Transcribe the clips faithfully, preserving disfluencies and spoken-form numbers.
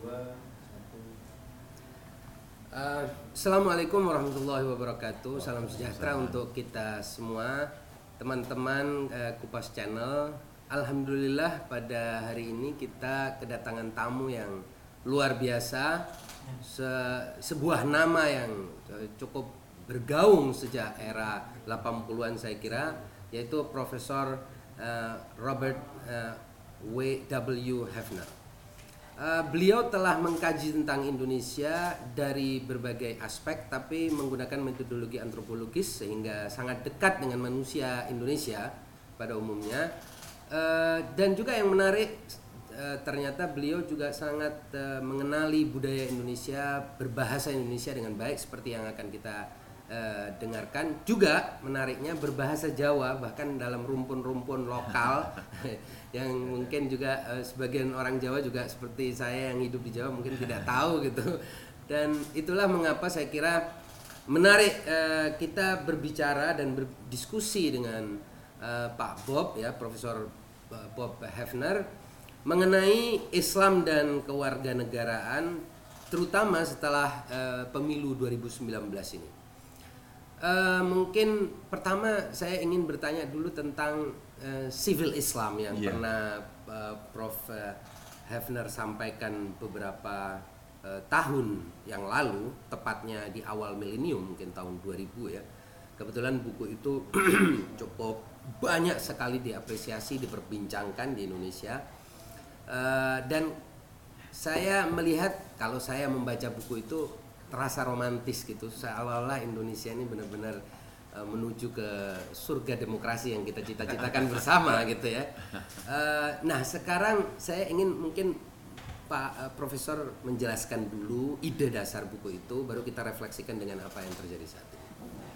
dua, satu. Uh, Assalamualaikum warahmatullahi wabarakatuh. Salam sejahtera untuk kita semua, teman-teman uh, Kupas Channel. Alhamdulillah pada hari ini kita kedatangan tamu yang luar biasa, Se- sebuah nama yang cukup bergaung sejak era delapan puluhan saya kira, yaitu Profesor uh, Robert uh, W W Hefner. Uh, beliau telah mengkaji tentang Indonesia dari berbagai aspek, tapi menggunakan metodologi antropologis sehingga sangat dekat dengan manusia Indonesia pada umumnya. Uh, dan juga yang menarik, uh, ternyata beliau juga sangat uh, mengenali budaya Indonesia, berbahasa Indonesia dengan baik seperti yang akan kita uh, dengarkan. Juga menariknya berbahasa Jawa, bahkan dalam rumpun-rumpun lokal yang mungkin juga uh, sebagian orang Jawa juga seperti saya yang hidup di Jawa mungkin tidak tahu gitu. Dan itulah mengapa saya kira menarik uh, kita berbicara dan berdiskusi dengan uh, Pak Bob ya, Profesor Bob Hefner, mengenai Islam dan kewarganegaraan, terutama setelah uh, pemilu dua ribu sembilan belas ini. Uh, mungkin pertama saya ingin bertanya dulu tentang uh, civil Islam yang yeah. pernah uh, Prof Uh, Hefner sampaikan beberapa uh, tahun yang lalu, tepatnya di awal milenium, mungkin tahun dua ribu ya. Kebetulan buku itu cukup banyak sekali diapresiasi, diperbincangkan di Indonesia, uh, dan saya melihat kalau saya membaca buku itu terasa romantis gitu, seolah-olah Indonesia ini benar-benar uh, menuju ke surga demokrasi yang kita cita-citakan bersama gitu ya. Uh, nah sekarang saya ingin mungkin Pak uh, Profesor menjelaskan dulu ide dasar buku itu, baru kita refleksikan dengan apa yang terjadi saat ini.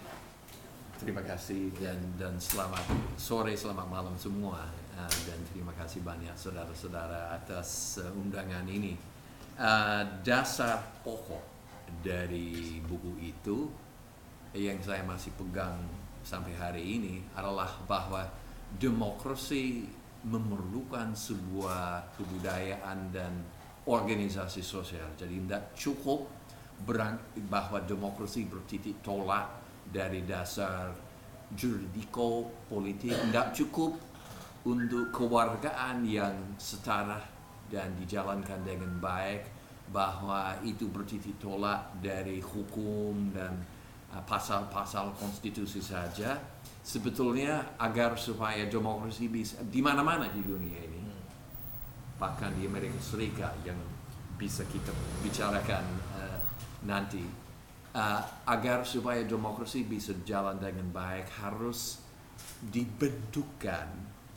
Terima kasih dan, dan selamat sore, selamat malam semua, uh, dan terima kasih banyak saudara-saudara atas uh, undangan ini. Uh, dasar pokok dari buku itu yang saya masih pegang sampai hari ini adalah bahwa demokrasi memerlukan sebuah kebudayaan dan organisasi sosial. Jadi tidak cukup berang, bahwa demokrasi bertitik tolak dari dasar juridiko politik, tidak cukup untuk kewargaan yang setara dan dijalankan dengan baik, bahwa itu bertitik tolak dari hukum dan uh, pasal-pasal konstitusi saja. Sebetulnya agar supaya demokrasi bisa di mana-mana di dunia ini, bahkan di Amerika Serikat yang bisa kita bicarakan uh, nanti, Uh, agar supaya demokrasi bisa jalan dengan baik harus dibentukkan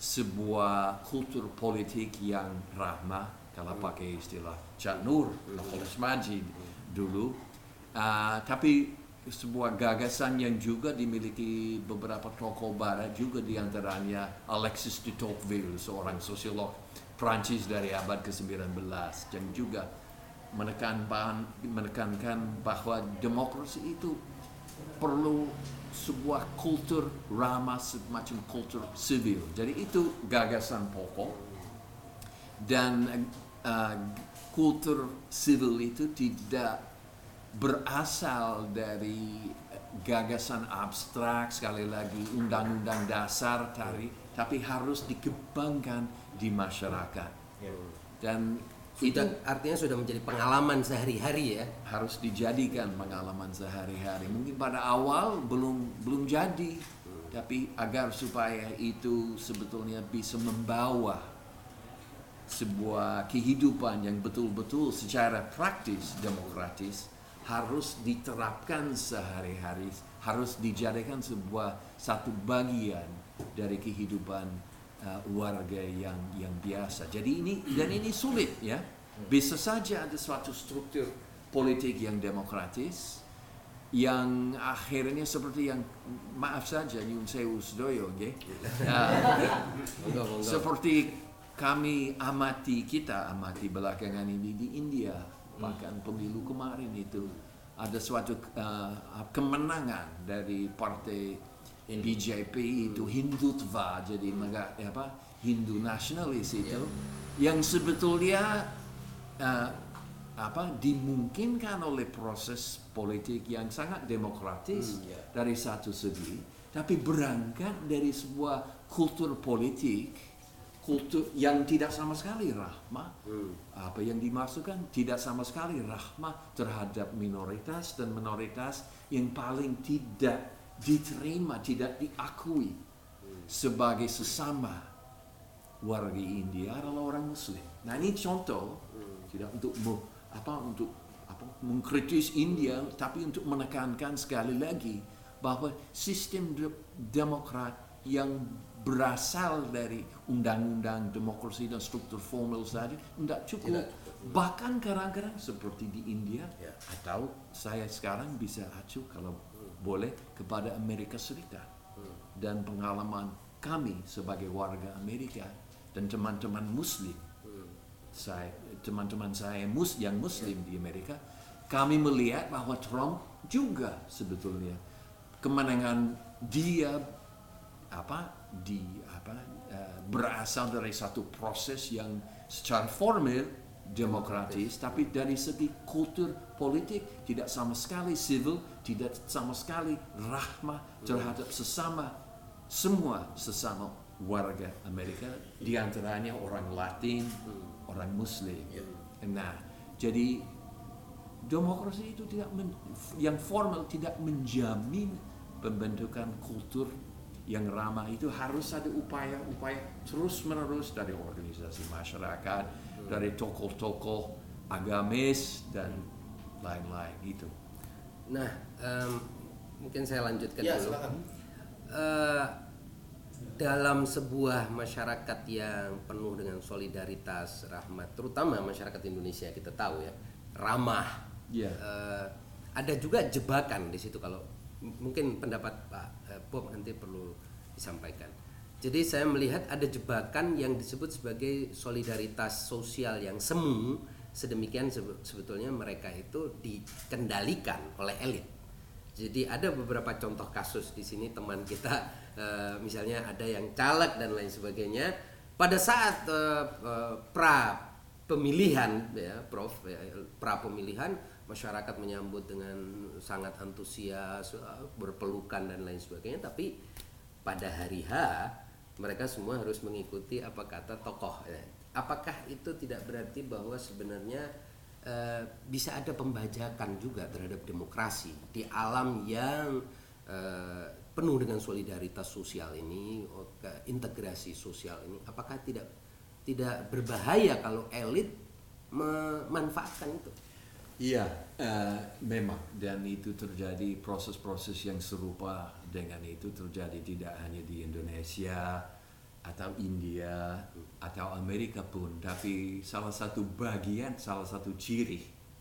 sebuah kultur politik yang ramah, kalau pakai istilah Cak Nur, Kapolres Majid dulu, uh, tapi sebuah gagasan yang juga dimiliki beberapa tokoh barat, juga diantaranya Alexis de Tocqueville, seorang sosiolog Prancis dari abad ke sembilan belas, yang juga menekan menekankan bahwa demokrasi itu perlu sebuah kultur ramah, semacam kultur sivil. Jadi itu gagasan pokok, dan uh, kultur sivil itu tidak berasal dari gagasan abstrak, sekali lagi undang-undang dasar tadi, tapi harus dikembangkan di masyarakat. Dan itu artinya sudah menjadi pengalaman sehari-hari ya, harus dijadikan pengalaman sehari-hari. Mungkin pada awal belum belum jadi, hmm. tapi agar supaya itu sebetulnya bisa membawa sebuah kehidupan yang betul-betul secara praktis demokratis, harus diterapkan sehari-hari, harus dijadikan sebuah satu bagian dari kehidupan Uh, warga yang yang biasa. Jadi ini dan ini sulit ya. Bisa saja ada suatu struktur politik yang demokratis yang akhirnya seperti yang, maaf saja nyun sewu sedoyo, okay? uh, seperti kami amati kita amati belakangan ini di India, bahkan pemilu kemarin itu ada suatu uh, kemenangan dari partai B J P itu Hindutva, jadi mega apa Hindu nasionalis itu, yeah. yang sebetulnya uh, apa dimungkinkan oleh proses politik yang sangat demokratis Hmm, ya. dari satu segi, tapi berangkat dari sebuah kultur politik, kultur yang tidak sama sekali rahmah. Hmm. Apa yang dimaksudkan tidak sama sekali rahmah terhadap minoritas dan minoritas yang paling tidak diterima, tidak diakui sebagai sesama warga India adalah orang Muslim. Nah ini contoh, tidak untuk me- apa untuk apa mengkritis India, tapi untuk menekankan sekali lagi bahwa sistem de- demokrat yang berasal dari undang-undang demokrasi dan struktur formal saja tidak cukup. Tidak cukup. Bahkan kadang-kadang seperti di India, Ya. atau saya sekarang bisa acuh kalau boleh kepada Amerika Serikat dan pengalaman kami sebagai warga Amerika dan teman-teman Muslim, saya teman-teman saya mus yang Muslim di Amerika, kami melihat bahwa Trump juga sebetulnya kemenangan dia apa di apa uh, berasal dari satu proses yang secara formal demokratis, tapi dari segi kultur politik tidak sama sekali civil, tidak sama sekali rahmah terhadap sesama, semua sesama warga Amerika, diantaranya orang Latin, orang Muslim. Nah, jadi demokrasi itu tidak men, yang formal tidak menjamin pembentukan kultur yang ramah. Itu harus ada upaya-upaya terus-menerus dari organisasi masyarakat, dari tokoh-tokoh agamis dan lain-lain gitu. Nah, em, mungkin saya lanjutkan Ya, dulu. silakan. Eh, dalam sebuah masyarakat yang penuh dengan solidaritas, rahmat, terutama masyarakat Indonesia kita tahu ya, ramah. Ya. Eh, ada juga jebakan di situ kalau m- mungkin pendapat Pak eh, Bob nanti perlu disampaikan. Jadi saya melihat ada jebakan yang disebut sebagai solidaritas sosial yang semu, sedemikian sebe- sebetulnya mereka itu dikendalikan oleh elit. Jadi ada beberapa contoh kasus di sini teman kita, eh, misalnya ada yang caleg dan lain sebagainya. Pada saat eh, eh, pra pemilihan, ya, Prof, ya, pra pemilihan masyarakat menyambut dengan sangat antusias, eh, berpelukan dan lain sebagainya. Tapi pada hari H mereka semua harus mengikuti apa kata tokoh. Ya. Apakah itu tidak berarti bahwa sebenarnya Uh, bisa ada pembajakan juga terhadap demokrasi di alam yang uh, penuh dengan solidaritas sosial ini, uh, integrasi sosial ini? Apakah tidak tidak berbahaya kalau elit memanfaatkan itu? Iya, uh, memang, dan itu terjadi proses-proses yang serupa dengan itu terjadi tidak hanya di Indonesia atau India atau Amerika pun, tapi salah satu bagian, salah satu ciri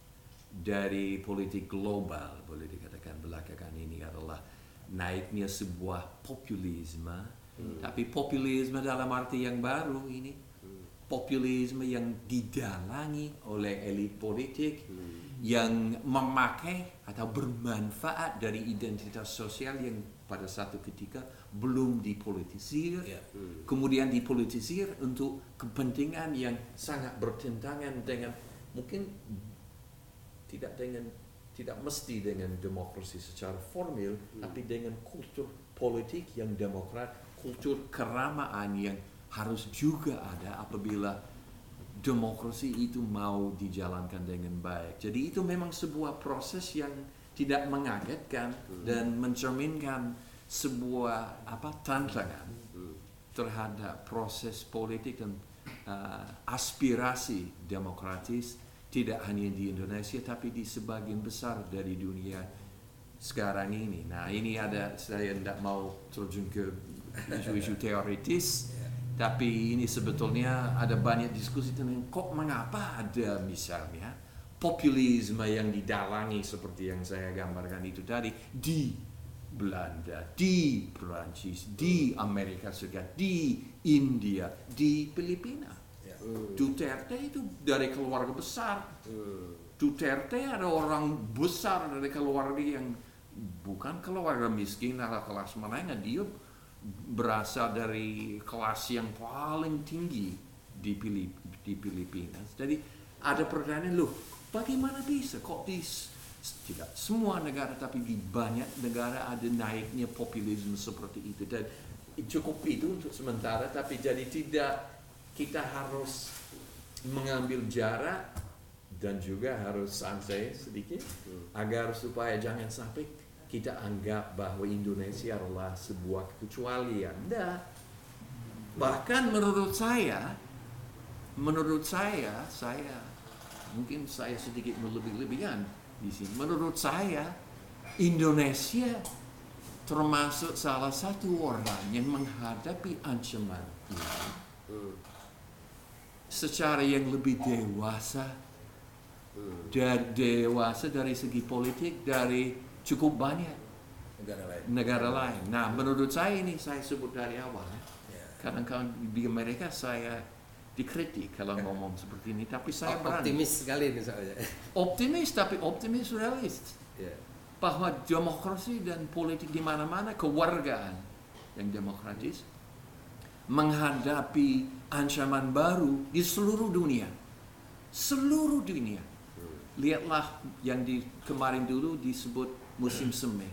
dari politik global boleh dikatakan belakangan ini adalah naiknya sebuah populisme, hmm. tapi populisme dalam arti yang baru ini, hmm. populisme yang didalangi oleh elit politik, hmm. yang memakai atau bermanfaat dari identitas sosial yang pada satu ketika belum dipolitisir, Ya. hmm. kemudian dipolitisir untuk kepentingan yang sangat bertentangan dengan, mungkin tidak dengan tidak mesti dengan demokrasi secara formal, hmm. tapi dengan kultur politik yang demokrat, kultur keramaan yang harus juga ada apabila demokrasi itu mau dijalankan dengan baik. Jadi itu memang sebuah proses yang tidak mengagetkan hmm. dan mencerminkan sebuah apa tantangan hmm. terhadap proses politik dan uh, aspirasi demokratis tidak hanya di Indonesia tapi di sebagian besar dari dunia sekarang ini. Nah ini ada, saya tidak mau terjun ke isu-isu teoritis, tapi ini sebetulnya ada banyak diskusi tentang kok mengapa ada misalnya populisme yang didalangi seperti yang saya gambarkan itu tadi di Belanda, di Perancis, di Amerika Serikat, di India, di Filipina. Ya. Hmm. Duterte itu dari keluarga besar. Hmm. Duterte ada orang besar dari keluarga yang bukan keluarga miskin atau kelas menengah. Dia berasal dari kelas yang paling tinggi di, Filip, di Filipina. Jadi ada pertanyaan, loh bagaimana bisa kok di tidak semua negara tapi di banyak negara ada naiknya populisme seperti itu, dan cukup itu untuk sementara, tapi jadi tidak, kita harus mengambil jarak dan juga harus santai sedikit agar supaya jangan sampai kita anggap bahwa Indonesia adalah sebuah kecualian. Tidak. Bahkan menurut saya, menurut saya, saya mungkin saya sedikit melebih-lebihkan di sini. Menurut saya, Indonesia termasuk salah satu orang yang menghadapi ancaman ini secara yang lebih dewasa, dan dewasa dari segi politik dari cukup banyak negara lain. negara lain. Nah, menurut saya ini saya sebut dari awal. Kadang-kadang di Amerika saya dikritik kalau ngomong seperti ini, tapi saya berani. Optimis sekali ini soalnya. Optimis, tapi optimis realis. Ya. Bahwa demokrasi dan politik di mana-mana, kewargaan yang demokratis, menghadapi ancaman baru di seluruh dunia. Seluruh dunia. Lihatlah yang di kemarin dulu disebut musim semi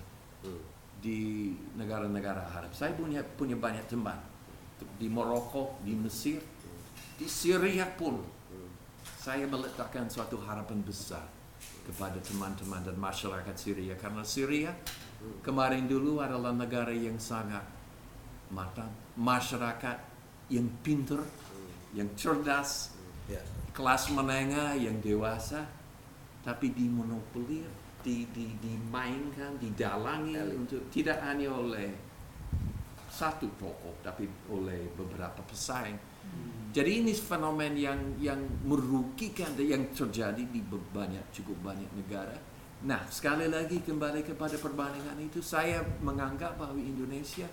di negara-negara Arab. Saya punya punya banyak teman di Maroko, di Mesir, di Syria pun. Saya meletakkan suatu harapan besar kepada teman-teman dan masyarakat Syria, karena Syria kemarin dulu adalah negara yang sangat matang, masyarakat yang pintar, yang cerdas, kelas menengah yang dewasa, tapi dimonopolir, di, di, dimainkan, didalangi untuk tidak hanya oleh satu tokoh, tapi oleh beberapa pesaing. Hmm. Jadi ini fenomen yang yang merugikan yang terjadi di banyak cukup banyak negara. Nah, sekali lagi kembali kepada perbandingan itu, saya menganggap bahwa Indonesia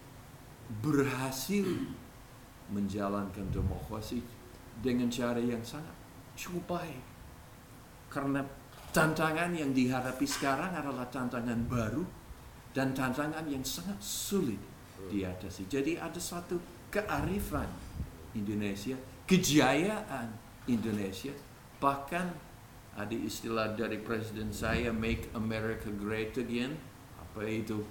berhasil menjalankan demokrasi dengan cara yang sangat cukup baik. Karena tantangan yang dihadapi sekarang adalah tantangan baru dan tantangan yang sangat sulit diatasi. Jadi ada satu kearifan Indonesia, kejayaan Indonesia, bahkan ada istilah dari presiden saya, Make America Great Again. Apa itu?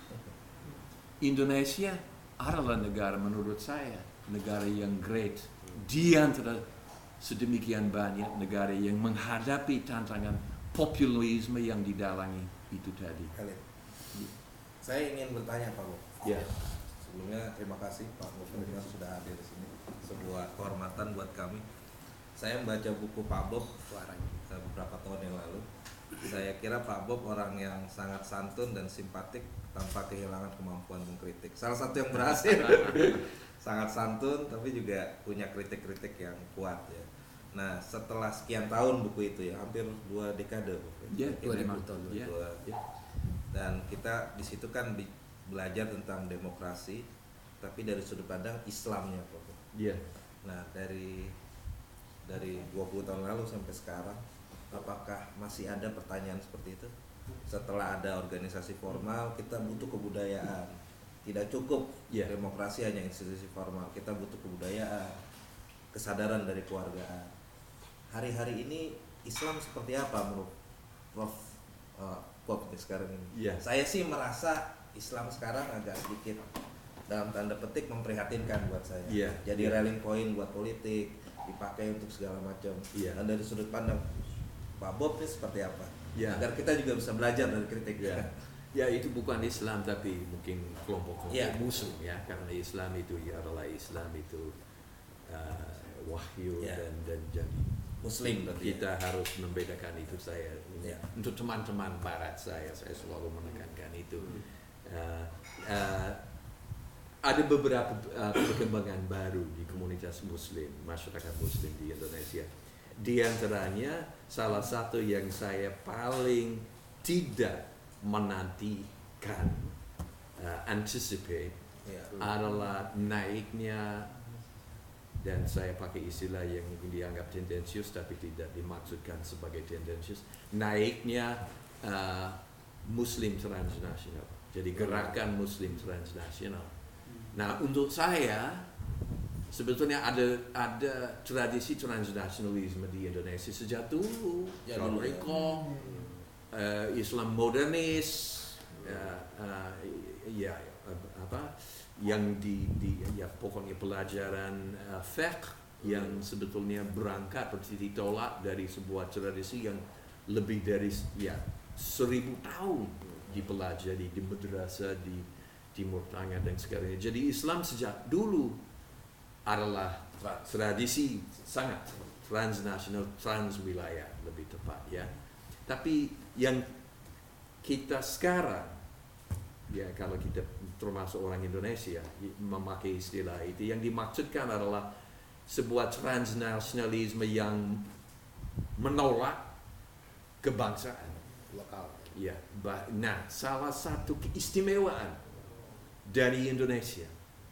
Indonesia adalah negara, menurut saya, negara yang great di antara sedemikian banyak negara yang menghadapi tantangan populisme yang didalangi itu tadi. Khalid, saya ingin bertanya Pak Bob. Ya. Sebelumnya terima kasih Pak Bob sudah hadir di sini. Sebuah kehormatan buat kami. Saya membaca buku Pak Bob beberapa tahun yang lalu. Saya kira Pak Bob orang yang sangat santun dan simpatik tanpa kehilangan kemampuan mengkritik. Salah satu yang berhasil. Sangat santun tapi juga punya kritik-kritik yang kuat ya. Nah, setelah sekian tahun buku itu ya, hampir dua dekade buku. Ya, dua ribu tahun. Ya. Dua, ya. Dan kita di situ kan belajar tentang demokrasi tapi dari sudut pandang Islamnya Pak. Iya. Nah, dari dari dua puluh tahun lalu sampai sekarang, apakah masih ada pertanyaan seperti itu? Setelah ada organisasi formal, kita butuh kebudayaan. Tidak cukup yeah. demokrasi hanya institusi formal, kita butuh kebudayaan, kesadaran dari keluargaan. Hari-hari ini Islam seperti apa menurut Prof Uh, Bob sekarang ini? Yeah. Saya sih merasa Islam sekarang agak sedikit dalam tanda petik memprihatinkan buat saya. Yeah. Jadi yeah. rallying point buat politik, dipakai untuk segala macam. Yeah. Dan dari sudut pandang Pak Bob ini seperti apa? Yeah. Agar kita juga bisa belajar dari kritik. Yeah. Ya, itu bukan Islam tapi mungkin kelompok-kelompok yeah. musuh ya, karena Islam itu ya adalah Islam itu uh, wahyu yeah. dan dan jadi Muslim berarti kita ya? harus membedakan itu. Saya yeah. untuk teman-teman Barat saya saya selalu menekankan itu. Uh, uh, ada beberapa uh, perkembangan baru di komunitas Muslim, masyarakat Muslim di Indonesia. Di antaranya salah satu yang saya paling tidak menantikan, uh, anticipate yeah. adalah naiknya, dan saya pakai istilah yang mungkin dianggap tendensius tapi tidak dimaksudkan sebagai tendensius, naiknya uh, Muslim transnasional, jadi gerakan Muslim transnasional. Nah, untuk saya Sebetulnya ada ada tradisi transnasionalisme di Indonesia sejak dulu. Ya, John dulu ya. Rico, uh, Islam modernis, uh, uh, ya apa yang di, di ya pokoknya pelajaran uh, fiqh yang sebetulnya berangkat atau ditolak dari sebuah tradisi yang lebih dari ya seribu tahun dipelajari di madrasah di Timur Tengah dan sebagainya. Jadi Islam sejak dulu adalah tradisi sangat transnasional, transwilayah lebih tepat ya. Tapi yang kita sekarang ya kalau kita termasuk orang Indonesia memakai istilah itu, yang dimaksudkan adalah sebuah transnasionalisme yang menolak kebangsaan lokal. ya. Nah, salah satu keistimewaan dari Indonesia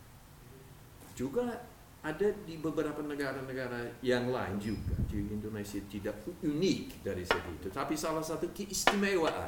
juga ada di beberapa negara-negara yang lain juga. Di Indonesia tidak unik dari segi itu, tapi salah satu keistimewaan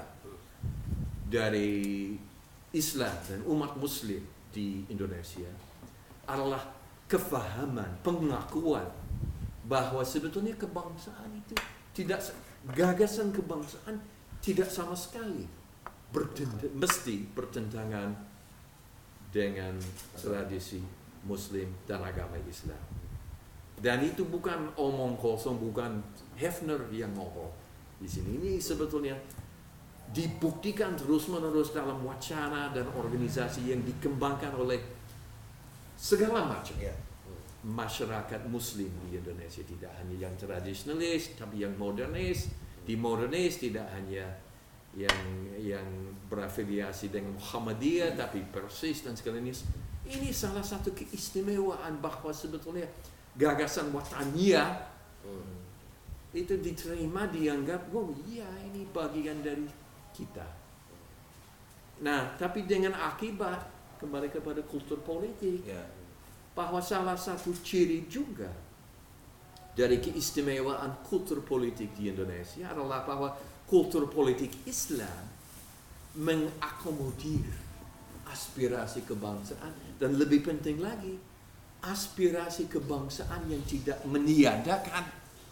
dari Islam dan umat Muslim di Indonesia adalah kefahaman, pengakuan bahwa sebetulnya kebangsaan itu tidak, gagasan kebangsaan tidak sama sekali bertend- mesti bertentangan dengan tradisi Muslim dan agama Islam. Dan itu bukan omong kosong, bukan Hefner yang ngomong di sini. Ini sebetulnya dibuktikan terus-menerus dalam wacana dan organisasi yang dikembangkan oleh segala macam Ya. masyarakat Muslim di Indonesia, tidak hanya yang tradisionalis, tapi yang modernis. Di modernis tidak hanya yang yang berafiliasi dengan Muhammadiyah, tapi Persis dan sekalian. Ini salah satu keistimewaan bahwa sebetulnya gagasan Wataniyah Hmm. itu diterima, dianggap, oh iya ini bagian dari kita. Nah, tapi dengan akibat kembali kepada kultur politik, Ya. bahwa salah satu ciri juga dari keistimewaan kultur politik di Indonesia adalah bahwa kultur politik Islam mengakomodir aspirasi kebangsaan, dan lebih penting lagi aspirasi kebangsaan yang tidak meniadakan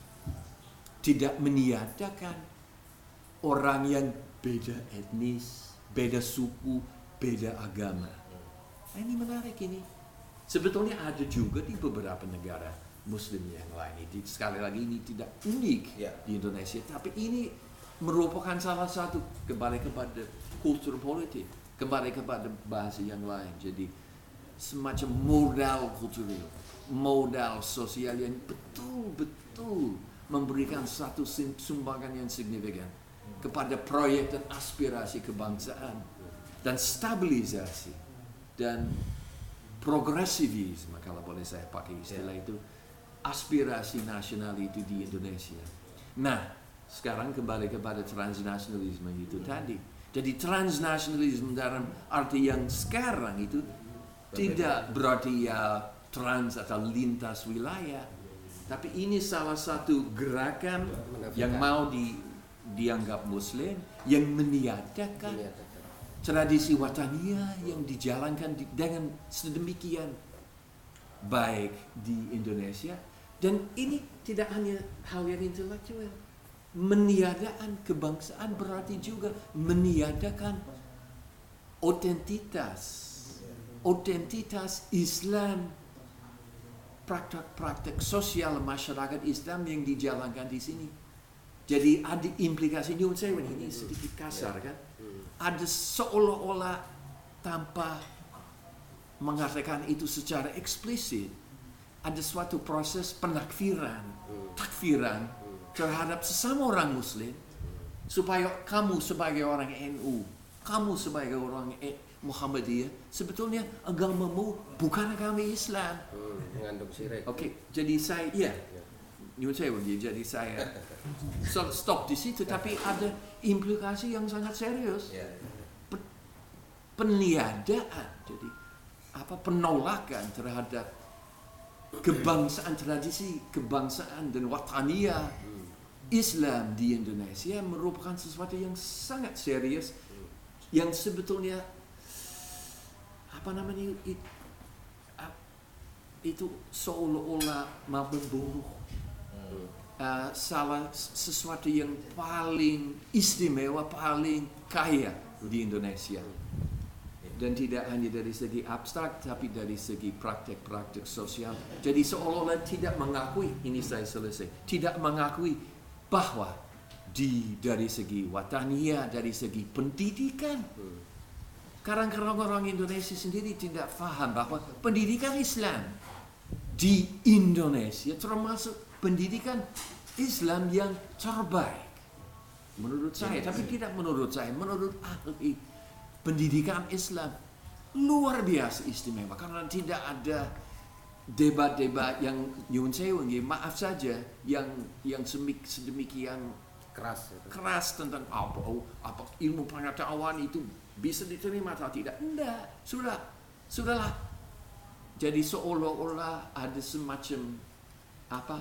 tidak meniadakan orang yang beda etnis, beda suku, beda agama. Nah, ini menarik ini. Sebetulnya ada juga di beberapa negara Muslim yang lain. Ini sekali lagi ini tidak unik Ya. di Indonesia, tapi ini merupakan salah satu kembali kepada kultur politik, kembali kepada bahasa yang lain. Jadi semacam modal kultural, modal sosial yang betul-betul memberikan satu sumbangan yang signifikan kepada proyek dan aspirasi kebangsaan dan stabilisasi dan progresivisme, kalau boleh saya pakai istilah itu, aspirasi nasional itu di Indonesia. Nah, sekarang kembali kepada transnasionalisme itu tadi. Jadi transnasionalisme dalam arti yang sekarang itu tidak berarti ya trans atau lintas wilayah, tapi ini salah satu gerakan yang mau di, dianggap Muslim yang meniadakan tradisi Wataniyah yang dijalankan di, dengan sedemikian baik di Indonesia. Dan ini tidak hanya hal yang intelektual. Meniadakan kebangsaan berarti juga meniadakan otentitas otentitas Islam, praktek-praktek sosial masyarakat Islam yang dijalankan di sini. Jadi ada implikasi, nyuwun saya ini sedikit kasar kan, ada seolah-olah tanpa mengatakan itu secara eksplisit, ada suatu proses penakfiran, takfiran terhadap sesama orang Muslim, supaya kamu sebagai orang N U, kamu sebagai orang Muhammadiyah, sebetulnya agamamu bukan agama Islam. Hmm, mengandung syirik. Oke, okay, jadi saya, ya, nyuwun saya begitu, jadi saya stop di situ, tapi ada implikasi yang sangat serius. Ya. Peniadaan, jadi apa penolakan terhadap kebangsaan, tradisi kebangsaan dan wataniyah Islam di Indonesia merupakan sesuatu yang sangat serius, yang sebetulnya apa namanya it, itu seolah-olah mau membunuh uh, salah sesuatu yang paling istimewa, paling kaya di Indonesia. Dan tidak hanya dari segi abstrak, tapi dari segi praktek-praktek sosial. Jadi seolah-olah tidak mengakui, ini saya selesai, tidak mengakui bahwa di dari segi wataniyah, dari segi pendidikan, kadang-kadang orang Indonesia sendiri tidak paham bahwa pendidikan Islam di Indonesia termasuk pendidikan Islam yang terbaik menurut saya, tapi tidak menurut saya, menurut ahli pendidikan Islam luar biasa istimewa, karena tidak ada debat-debat yang nyun sewu, maaf saja, yang yang sedemikian Keras. Itu. keras tentang apa, oh, apa ilmu pengetahuan itu bisa diterima atau tidak. Enggak, sudah, sudahlah. Jadi seolah-olah ada semacam apa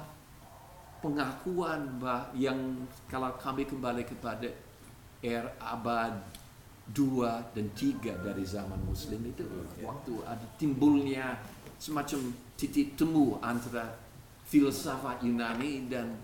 pengakuan bah yang kalau kami kembali kepada era abad dua dan tiga dari zaman Muslim itu, waktu ada timbulnya semacam titik temu antara filsafat Yunani dan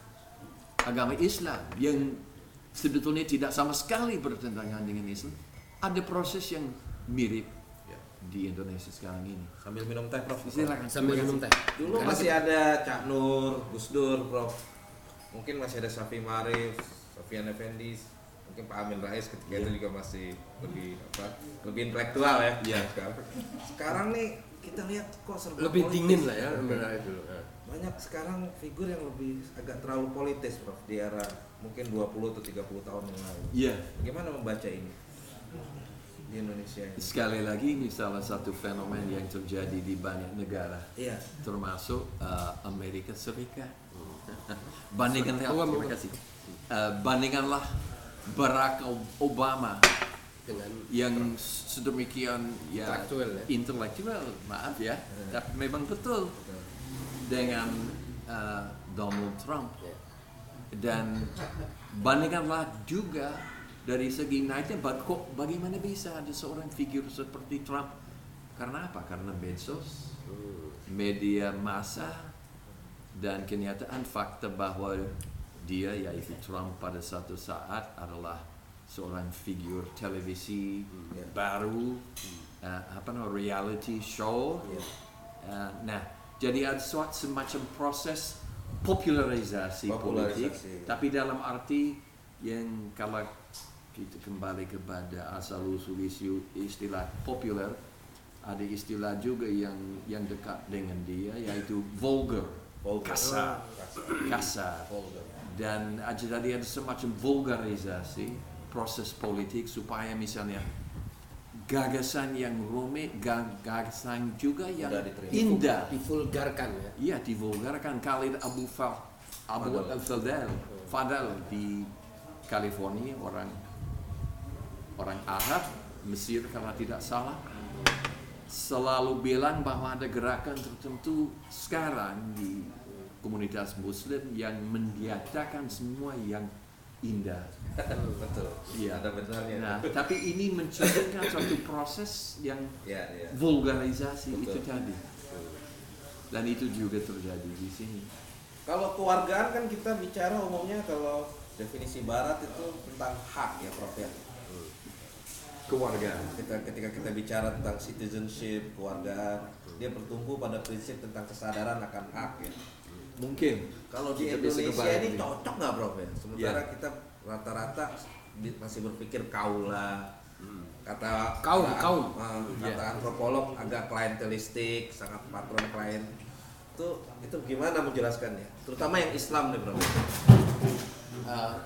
agama Islam yang sebetulnya tidak sama sekali bertentangan dengan Islam. Ada proses yang mirip di Indonesia sekarang ini. Sambil minum teh, Prof. Silakan. Sambil minum teh. Dulu masih ada Cak Nur, Gus Dur, Prof. Mungkin masih ada Syafi Marif, Sofyan Effendi, mungkin Pak Amin Rais ketika itu juga masih lebih apa? Lebih intelektual ya. Iya. Sekarang, sekarang nih kita lihat kok serba Lebih politis. dingin lah ya sebenarnya dulu. Banyak sekarang figur yang lebih agak terlalu politis, Prof, di era mungkin dua puluh atau tiga puluh tahun yang lalu. Iya. Bagaimana membaca ini di Indonesia ini? Sekali lagi ini salah satu fenomena yang terjadi di banyak negara, Iya. termasuk uh, Amerika Serikat. Bandingkan, terima kasih. Uh, bandingkanlah Barack Obama Dengan yang sedemikian ya Intelektual ya. intelektual, maaf ya, tapi memang betul, dengan uh, Donald Trump. ya. Dan bandingkanlah juga dari segi naiknya, kok bagaimana bisa ada seorang figur seperti Trump? Karena apa? Karena medsos, media massa, dan kenyataan fakta bahwa dia, yaitu Trump, pada satu saat adalah seorang figur televisi Yeah. baru, uh, apa namanya, reality show. Yeah. Uh, nah, jadi ada suatu semacam proses popularisasi, politik, Popularisasi. tapi dalam arti yang kalau kita kembali kepada asal usul isu istilah populer, ada istilah juga yang yang dekat dengan dia, yaitu vulgar, Vulgar. kasar, kasar. Vulgar. Dan jadi ada semacam vulgarisasi proses politik supaya misalnya gagasan yang rumit, gagasan juga yang Mudah diterima. indah, Divulgarkan ya. iya divulgarkan. Khalid Abu Fal Abu Fadl. Al-Fadl Fadl di California, orang orang Arab, Mesir kalau tidak salah, selalu bilang bahwa ada gerakan tertentu sekarang di komunitas Muslim yang mendiatakan semua yang indah. Betul. Iya. Ada benarnya. Nah, tapi ini mencerminkan suatu proses yang Ya, ya. vulgarisasi Betul. itu tadi, dan itu juga terjadi di sini. Kalau keluargaan kan kita bicara umumnya, kalau definisi Barat itu tentang hak ya, Prof ya. Keluarga. Ketika, ketika kita bicara tentang citizenship, keluargaan, dia bertumbuh pada prinsip tentang kesadaran akan hak ya. Mungkin Kalau di kita bisa Indonesia kembali ini ini. cocok nggak, Prof ya? Sementara Ya. kita rata-rata bi- masih berpikir kaula, kata Kaum, kata- kaum. eh, kata Ya. antropolog agak klientelistik, sangat patron klien. Itu itu gimana menjelaskannya? Terutama yang Islam nih, Prof. Uh,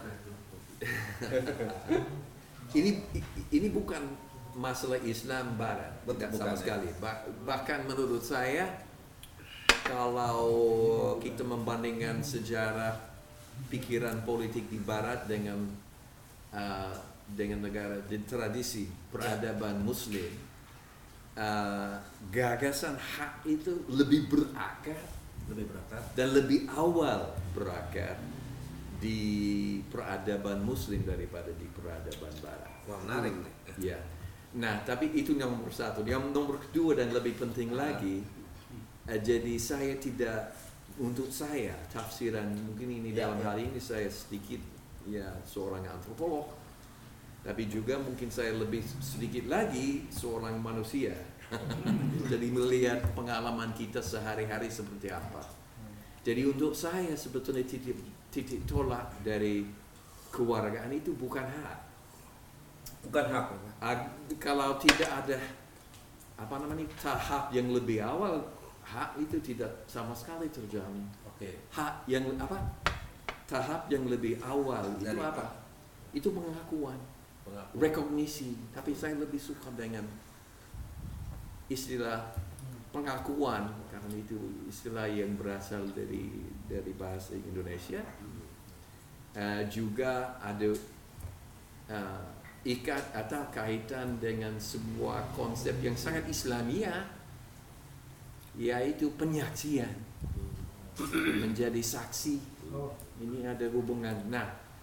ini ini bukan masalah Islam Barat, Bukan, sama bukan, ya. sekali. Bah- bahkan menurut saya, kalau kita membandingkan sejarah pikiran politik di Barat dengan uh, dengan negara di tradisi peradaban Muslim, uh, gagasan hak itu lebih berakar Lebih berakar. dan lebih awal berakar di peradaban Muslim daripada di peradaban Barat. Wah, menarik nih. Ya. Nah, tapi itu nomor satu. Yang nomor kedua dan lebih penting lagi, Uh, jadi saya tidak, untuk saya tafsiran mungkin ini Ya, dalam ya. hal ini saya sedikit ya seorang antropolog, tapi juga mungkin saya lebih sedikit lagi seorang manusia. Jadi melihat pengalaman kita sehari-hari seperti apa. Jadi untuk saya sebetulnya titik, titik tolak dari kewargaan itu bukan hak. Bukan hak. Ag- kalau tidak ada apa namanya tahap yang lebih awal, hak itu tidak sama sekali terjamin. Oke. Hak yang apa? Tahap yang lebih awal itu Dari apa? Itu pengakuan, Pengakuan. rekognisi. Tapi saya lebih suka dengan istilah pengakuan karena itu istilah yang berasal dari dari bahasa Indonesia. Uh, juga ada uh, ikat atau kaitan dengan sebuah konsep yang sangat Islamia, yaitu penyaksian, menjadi saksi. Ini ada hubungan. Nah,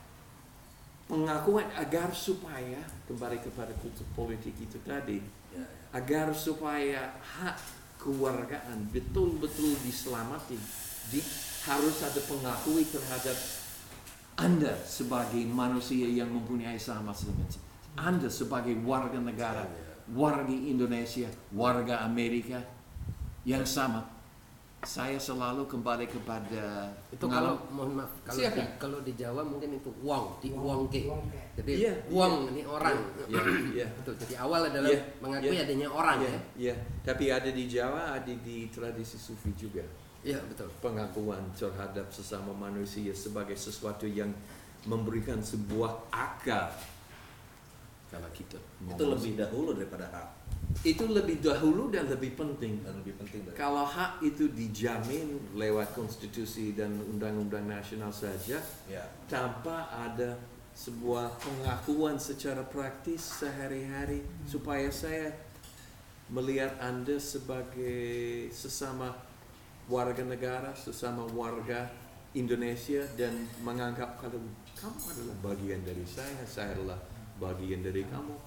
pengakuan agar supaya kembali kepada kultur politik itu tadi, Ya, ya. agar supaya hak kewargaan betul-betul diselamati, di, harus ada pengakui terhadap Anda sebagai manusia yang mempunyai sama seperti Anda sebagai warga negara, warga Indonesia, warga Amerika yang sama. Saya selalu kembali kepada Itu kalau pengalaman. mohon maaf kalau Silakan. di, kalau di Jawa mungkin itu wong, di wongke. Jadi Iya, wong ini orang. Ya, ya. Betul. Jadi awal adalah Iya, mengakui iya. adanya orang Ya, ya. ya. Tapi ada di Jawa, ada di tradisi Sufi juga. Iya, betul. Pengakuan terhadap sesama manusia sebagai sesuatu yang memberikan sebuah akal. Kalau kita Itu lebih dahulu daripada hak itu lebih dahulu dan lebih penting. dan lebih penting dari Kalau hak itu dijamin lewat konstitusi dan undang-undang nasional saja, ya. tanpa ada sebuah pengakuan secara praktis sehari-hari supaya saya melihat Anda sebagai sesama warga negara, sesama warga Indonesia, dan menganggap kalau kamu adalah bagian dari saya, saya adalah bagian dari kamu.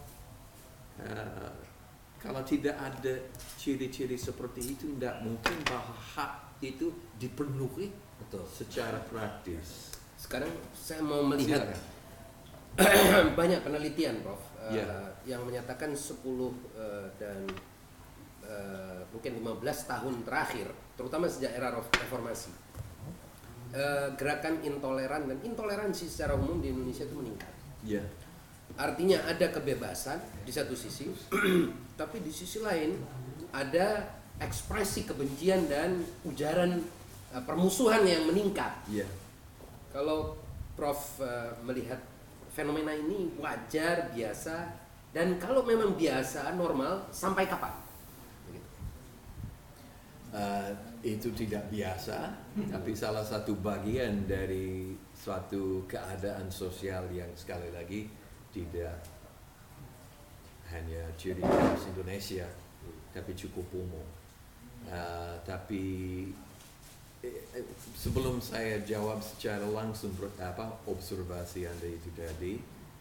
Uh, kalau tidak ada ciri-ciri seperti itu, tidak mungkin bahwa hak itu dipenuhi Betul. secara praktis. Sekarang saya mau melihat Silakan. banyak penelitian, Prof, eh, Ya. yang menyatakan sepuluh eh, dan eh, mungkin lima belas tahun terakhir, terutama sejak era reformasi, eh, gerakan intoleran dan intoleransi secara umum di Indonesia itu meningkat. Ya, Artinya ada kebebasan di satu sisi, tapi di sisi lain ada ekspresi kebencian dan ujaran eh, permusuhan yang meningkat. ya. Kalau Prof eh, melihat fenomena ini wajar, biasa, dan kalau memang biasa, normal, sampai kapan? Begitu. Uh, itu tidak biasa, tapi salah satu bagian dari suatu keadaan sosial yang sekali lagi tidak hanya ciri khas Indonesia, tapi cukup umum. Uh, tapi eh, eh, sebelum saya jawab secara langsung ber- apa observasi Anda itu tadi,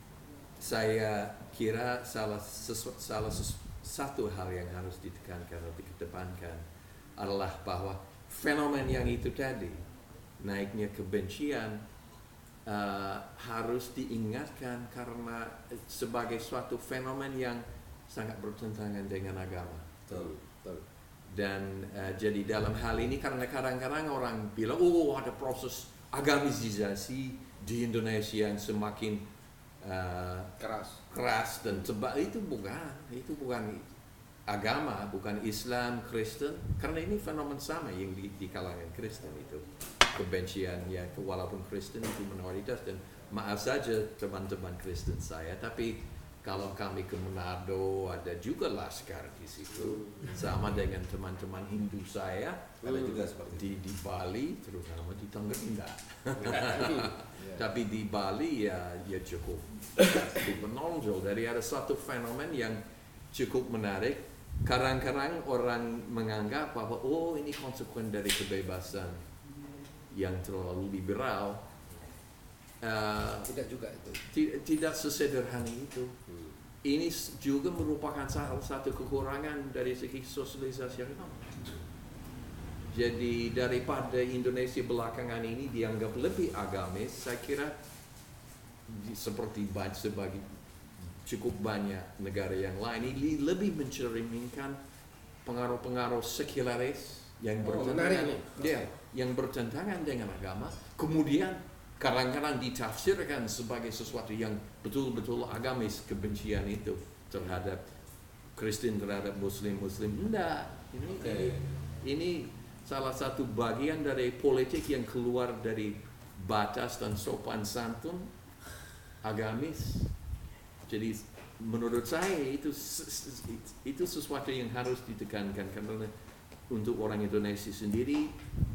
saya kira salah sesu- salah sesu- satu hal yang harus ditekankan atau dikedepankan adalah bahwa fenomen yang itu tadi, naiknya kebencian, uh, harus diingatkan karena sebagai suatu fenomen yang sangat bertentangan dengan agama. Betul. Betul. Dan uh, jadi dalam hal ini karena kadang-kadang orang bilang, oh ada proses agamisasi di Indonesia yang semakin uh, Keras. keras dan tebal. Itu bukan, itu bukan agama, bukan Islam, Kristen, karena ini fenomen sama yang di, di kalangan Kristen itu, kebencian ya, walaupun Kristen itu minoritas, dan maaf saja teman-teman Kristen saya, tapi kalau kami ke Manado ada juga Laskar di situ, sama dengan teman-teman Hindu saya, Ada juga seperti itu. di di Bali, terutama di Tangga Indah. Tapi di Bali ya ya cukup cukup menonjol. Dari ada satu fenomen yang cukup menarik. Kadang-kadang orang menganggap bahwa oh ini konsekuen dari kebebasan yang terlalu liberal. Uh, Tidak juga itu. ti- tidak sesederhana itu. Hmm. Ini s- juga merupakan salah satu kekurangan dari segi sosialisasi agama. Jadi daripada Indonesia belakangan ini dianggap lebih agamis, saya kira di- seperti ba- sebagai cukup banyak negara yang lain ini lebih mencerminkan pengaruh-pengaruh sekularis yang Oh, bertentangan, menarik nih. ya, yang bertentangan dengan agama. Kemudian kadang-kadang ditafsirkan sebagai sesuatu yang betul-betul agamis, kebencian itu terhadap Kristen, terhadap Muslim, Muslim. Enggak. Ini, Oke. ini, ini salah satu bagian dari politik yang keluar dari batas dan sopan santun agamis. Jadi menurut saya itu itu sesuatu yang harus ditekankan karena untuk orang Indonesia sendiri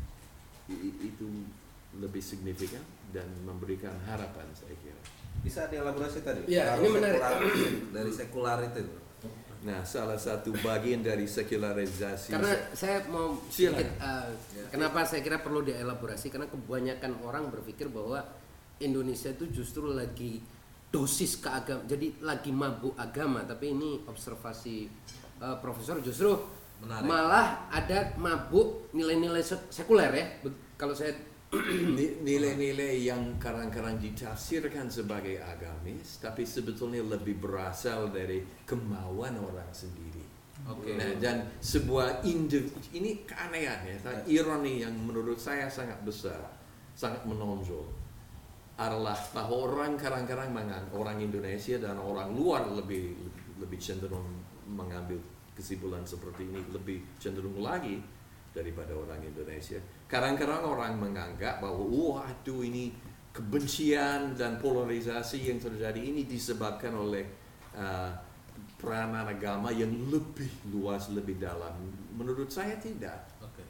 itu lebih signifikan dan memberikan harapan, saya kira. Bisa dielaborasi tadi? Iya, Pengaruh ini menarik. sekular- dari sekular itu. Nah, salah satu bagian dari sekularisasi. Karena saya mau Silakan. sedikit, uh, kenapa saya kira perlu dielaborasi, karena kebanyakan orang berpikir bahwa Indonesia itu justru lagi dosis keagama, jadi lagi mabuk agama. Tapi ini observasi uh, profesor justru Menarik. malah ada mabuk nilai-nilai sek- sekuler ya. Be- Kalau saya Ni- nilai-nilai yang kadang-kadang ditafsirkan sebagai agamis, tapi sebetulnya lebih berasal dari kemauan orang sendiri. Oke. Nah, dan sebuah individu, ini keanehan ya, ironi yang menurut saya sangat besar, sangat menonjol, adalah bahwa orang kadang-kadang mengang- orang Indonesia dan orang luar lebih lebih cenderung mengambil kesimpulan seperti ini, lebih cenderung lagi daripada orang Indonesia. Kadang-kadang orang menganggap bahwa wah itu ini kebencian dan polarisasi yang terjadi ini disebabkan oleh uh, peranan agama yang lebih luas, lebih dalam. Menurut saya tidak. Oke.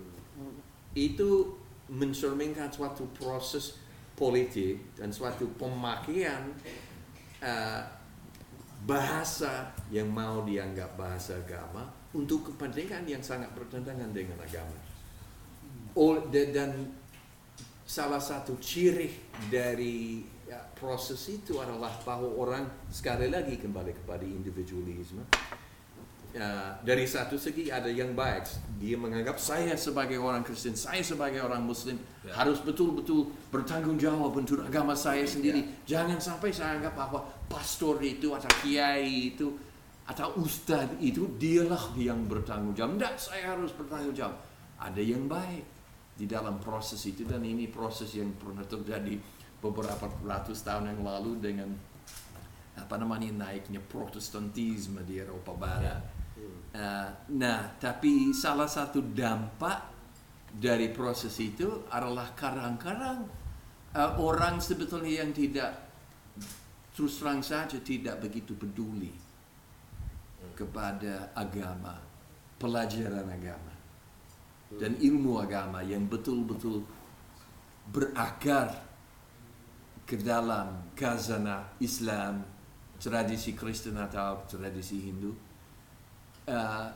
Itu mencerminkan suatu proses politik dan suatu pemakaian uh, bahasa yang mau dianggap bahasa agama untuk kepentingan yang sangat bertentangan dengan agama. Oh, dan, dan salah satu ciri dari ya, proses itu adalah bahwa orang sekali lagi kembali kepada individualisme. Ya, dari satu segi ada yang baik, dia menganggap saya sebagai orang Kristen, saya sebagai orang Muslim Ya. harus betul-betul bertanggung jawab untuk agama saya sendiri. Jangan sampai saya anggap bahwa pastor itu atau kiai itu atau ustadz itu dialah yang bertanggung jawab. Tidak, saya harus bertanggung jawab. Ada yang baik di dalam proses itu, dan ini proses yang pernah terjadi beberapa ratus tahun yang lalu dengan apa namanya naiknya Protestantisme di Eropa Barat. Uh, nah, tapi salah satu dampak dari proses itu adalah kadang-kadang uh, orang sebetulnya yang tidak, terus terang saja tidak begitu peduli kepada agama, pelajaran agama dan ilmu agama yang betul-betul berakar ke dalam khazanah Islam, tradisi Kristen atau tradisi Hindu. Uh,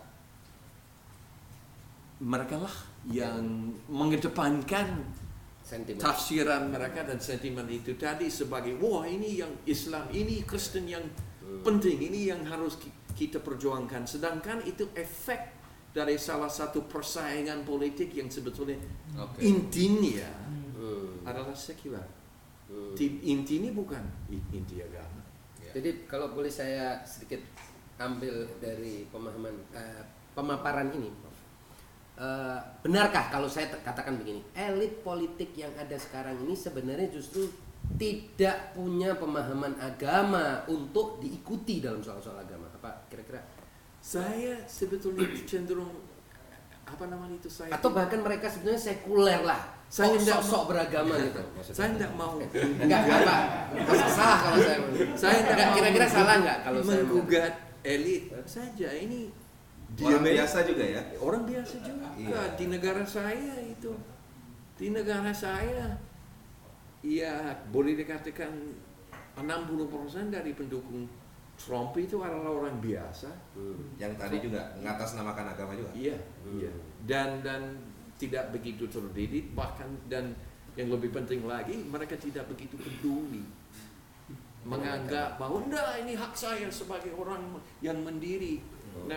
mereka lah yang mengedepankan sentimen. tafsiran mereka dan sentimen itu tadi sebagai wah ini yang Islam, ini Kristen yang penting, ini yang harus ki- kita perjuangkan. Sedangkan itu efek dari salah satu persaingan politik yang sebetulnya Oke. intinya Hmm. adalah sekular. Hmm. Ti- Intinya bukan i- inti agama. Ya. Jadi kalau boleh saya sedikit ambil dari pemahaman eh, pemaparan ini, Prof. Eh, benarkah kalau saya t- katakan begini, elit politik yang ada sekarang ini sebenarnya justru tidak punya pemahaman agama untuk diikuti dalam soal-soal agama? Apa kira-kira? Saya sebetulnya cenderung apa namanya itu saya Atau bahkan mereka sebenarnya sekuler lah, Saya sok- tidak sok beragama gitu. maksudnya. saya tidak mau Enggak apa? Masa salah kalau saya saya tidak Enggak, mau kira-kira salah nggak kalau saya menggugat elit saja. Ini di Orang Amerika- biasa juga ya. orang biasa juga. Iya. Di negara saya itu, di negara saya, ya boleh dikatakan enam puluh persen dari pendukung Trump itu adalah orang biasa. Yang tadi juga mengatasnamakan agama juga. Iya, iya. Dan dan tidak begitu terdidik, bahkan dan yang lebih penting lagi mereka tidak begitu peduli, menganggap bahwa enggak ini hak saya sebagai orang yang mandiri. Nah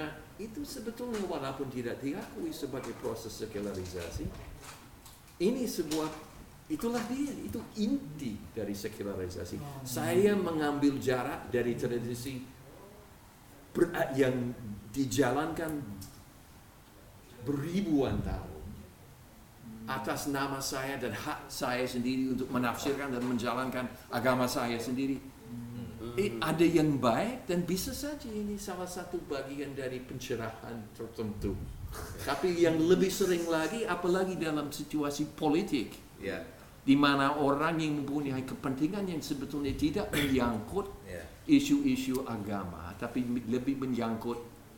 itu sebetulnya walaupun tidak diakui sebagai proses sekularisasi, ini sebuah, itulah dia, itu inti dari sekularisasi. Saya mengambil jarak dari tradisi ber, yang dijalankan beribuan tahun atas nama saya dan hak saya sendiri untuk menafsirkan dan menjalankan agama saya sendiri. Eh, ada yang baik dan bisa saja ini salah satu bagian dari pencerahan tertentu. Tapi yang lebih sering lagi, apalagi dalam situasi politik, Ya. di mana orang yang mempunyai kepentingan yang sebetulnya tidak menyangkut Ya. isu-isu agama, tapi lebih menyangkut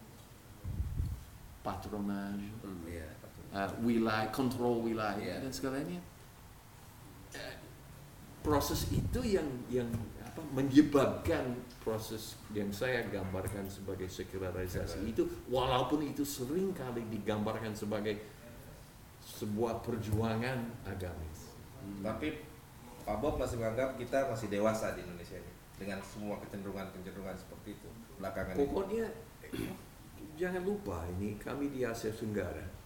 patronage, Ya. uh, wilayah, kontrol wilayah Yeah. dan segalanya. Uh, proses itu yang yang apa menyebabkan proses yang saya gambarkan sebagai sekularisasi itu, walaupun itu sering kali digambarkan sebagai sebuah perjuangan agamis. Hmm. Tapi Pak Bob masih menganggap kita masih dewasa di Indonesia ini dengan semua kecenderungan-kecenderungan seperti itu belakangan ini. Pokoknya jangan lupa ini kami di Asia Tenggara.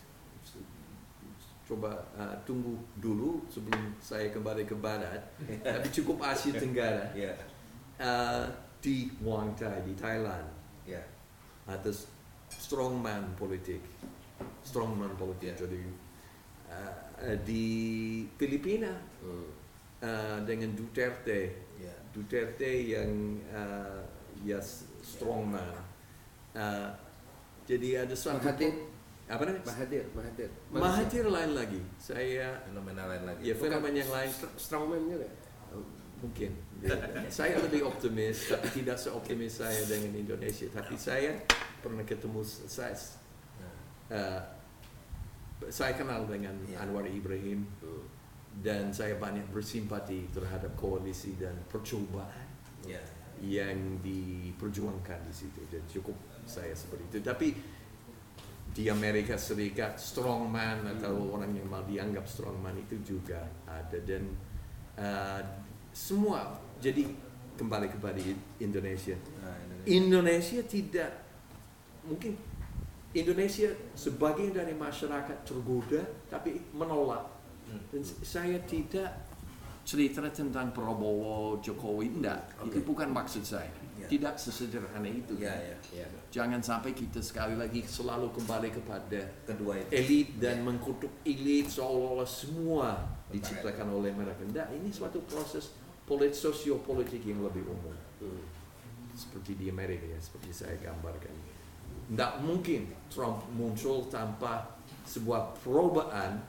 Coba uh, tunggu dulu sebelum saya kembali ke Barat. Tapi cukup Asia Tenggara. Ya. Uh, di Muang Thai, di Thailand, Ya. ada strongman politik, strongman politik. Ya. Jadi uh, uh, di Filipina uh, dengan Duterte, Ya. Duterte yang uh, ya strongman. Uh, jadi ada suatu Mahathir. apa namanya? Mahathir, Mahathir. Mahathir lain lagi. Saya Fenomena lain lagi. ya fenomena yang lain Str- Strongman juga. mungkin. Saya lebih optimis, tapi tidak seoptimis saya dengan Indonesia. Tapi saya pernah ketemu saya, uh, saya kenal dengan Ya. Anwar Ibrahim dan saya banyak bersimpati terhadap koalisi dan percobaan Ya. yang diperjuangkan di situ. Dan cukup saya seperti itu. Tapi di Amerika Serikat strongman atau Hmm. orang yang mau dianggap strongman itu juga ada, dan uh, semua jadi kembali kepada Indonesia. Nah, Indonesia. Indonesia tidak mungkin Indonesia sebagian dari masyarakat tergoda tapi menolak. Hmm. Dan saya tidak cerita tentang Prabowo, Jokowi, enggak. Oke. Itu bukan maksud saya. Ya. Tidak sesederhana itu. Ya, ya, ya. Jangan sampai kita sekali lagi selalu kembali kepada Kedua itu. elit dan mengkutuk elit seolah-olah semua diciptakan oleh mereka. Enggak, ini suatu proses polit sosiopolitik yang lebih umum. Hmm. Seperti di Amerika ya, seperti saya gambarkan. Enggak mungkin Trump muncul tanpa sebuah perubahan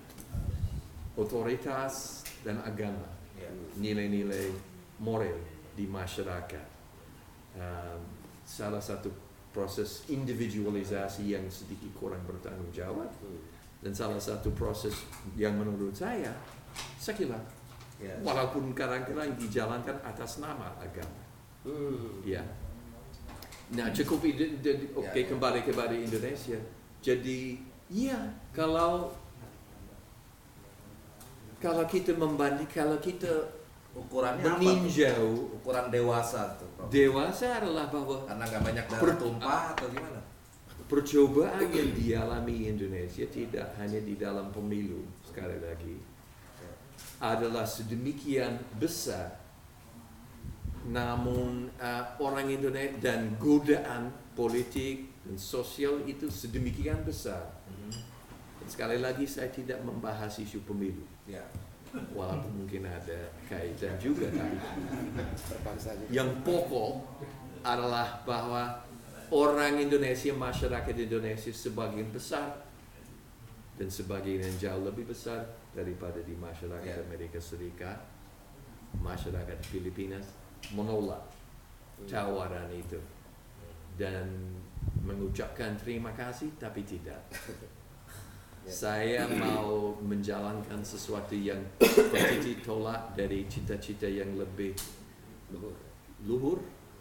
otoritas dan agama, Ya. nilai-nilai moral di masyarakat. Um, salah satu proses individualisasi yang sedikit kurang bertanggung jawab, dan salah satu proses yang menurut saya sekular, Ya. walaupun kadang-kadang dijalankan atas nama agama. Hmm. Ya. Nah, cukup ide- ide- oke Ya, ya. kembali kepada Indonesia. Jadi, ya kalau kalau kita membanding, kalau kita Ukurannya apa? meninjau Ukuran dewasa tuh, Prof. dewasa adalah bahwa Karena nggak banyak darah Per- tumpah atau gimana? percobaan yang dialami Indonesia tidak hanya di dalam pemilu, sekali lagi, adalah sedemikian besar, namun uh, orang Indonesia dan godaan politik dan sosial itu sedemikian besar. Mhm. Dan sekali lagi saya tidak membahas isu pemilu, Ya. walaupun mungkin ada kaitan juga, tapi Terpaksa juga. yang pokok adalah bahwa orang Indonesia, masyarakat Indonesia sebagian besar dan sebagian yang jauh lebih besar daripada di masyarakat Ya. Amerika Serikat, masyarakat Filipina menolak tawaran itu dan mengucapkan terima kasih tapi tidak. Ya. Saya mau menjalankan sesuatu yang seperti ditolak dari cita-cita yang lebih Luhur. luhur,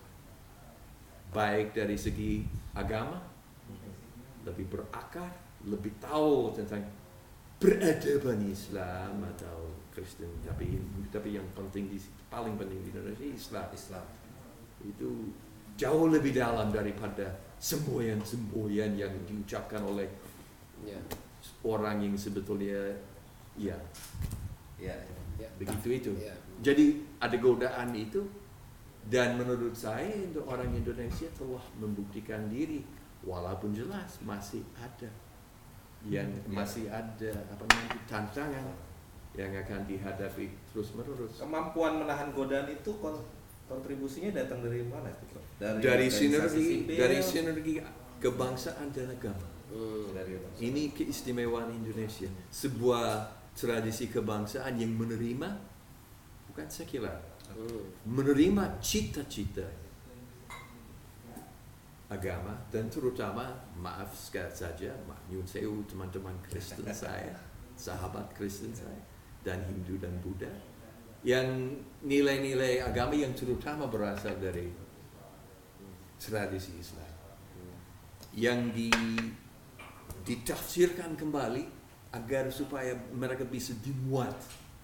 baik dari segi agama, lebih berakar, lebih tahu tentang peradaban Islam atau Kristen, tapi tapi yang penting di paling penting di Indonesia Islam. Islam. Itu jauh lebih dalam daripada semboyan-semboyan yang diucapkan oleh Ya. orang yang sebetulnya ya Ya, Ya. begitu itu. Ya. Jadi ada godaan itu, dan menurut saya untuk orang Indonesia telah membuktikan diri, walaupun jelas masih ada yang masih ada apa namanya tantangan yang akan dihadapi terus menerus. kemampuan menahan godaan itu kon- kontribusinya datang dari mana itu, Prof? Dari organisasi sinergi, sipil? dari sinergi kebangsaan dan agama. Hmm. Dari Ini keistimewaan Indonesia, sebuah tradisi kebangsaan yang menerima, bukan sekular, Hmm. menerima cita-cita agama, dan terutama, maaf sekali saja, nyun sewu teman-teman Kristen saya, sahabat Kristen saya, dan Hindu dan Buddha, yang nilai-nilai agama yang terutama berasal dari tradisi Islam, yang di, ditafsirkan kembali agar supaya mereka bisa dimuat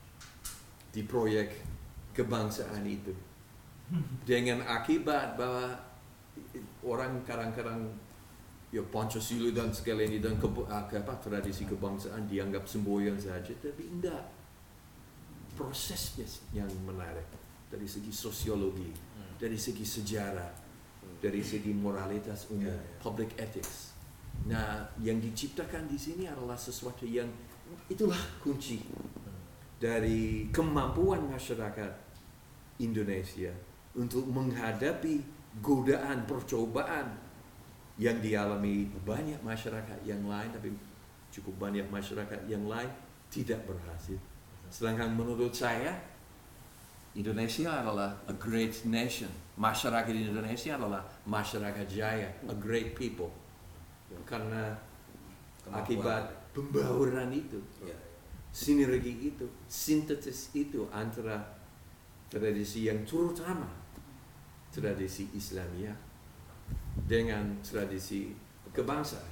di proyek kebangsaan itu, dengan akibat bahwa orang kadang-kadang ya Pancasila dan segala ini dan ke, apa, tradisi kebangsaan dianggap semboyan saja, tapi enggak, prosesnya yang menarik dari segi sosiologi, dari segi sejarah, dari segi moralitas umum, Ya, ya. public ethics. Nah, yang diciptakan di sini adalah sesuatu yang itulah kunci dari kemampuan masyarakat Indonesia untuk menghadapi godaan percobaan yang dialami banyak masyarakat yang lain, tapi cukup banyak masyarakat yang lain tidak berhasil. Sedangkan menurut saya, Indonesia adalah a great nation. Masyarakat Indonesia adalah masyarakat jaya, a great people. Karena Kemampuan. akibat pembauran itu, Ya. sinergi itu, sintesis itu antara tradisi yang terutama tradisi Islamiyah dengan tradisi kebangsaan.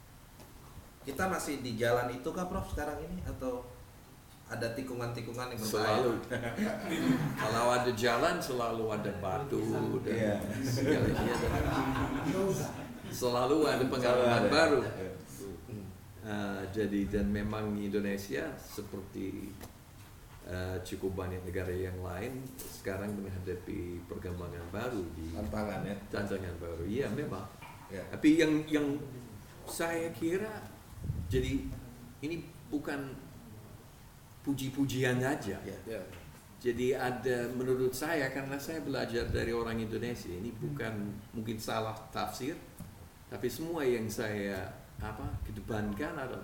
Kita masih di jalan itu kah, Prof, sekarang ini, atau ada tikungan-tikungan yang berbahaya? Selalu. Kalau ada jalan selalu ada batu dan Iya. segalanya, dan selalu ada pengalaman Selalu ada. baru. Ya. Uh, jadi dan memang Indonesia seperti uh, cukup banyak negara yang lain sekarang menghadapi perkembangan baru di Tantangan ya. tantangan baru. Iya memang. Ya. Tapi yang yang saya kira, jadi ini bukan puji-pujian aja. Ya. Ya. Jadi ada, menurut saya, karena saya belajar dari orang Indonesia, ini bukan mungkin salah tafsir, tapi semua yang saya apa kedepankan adalah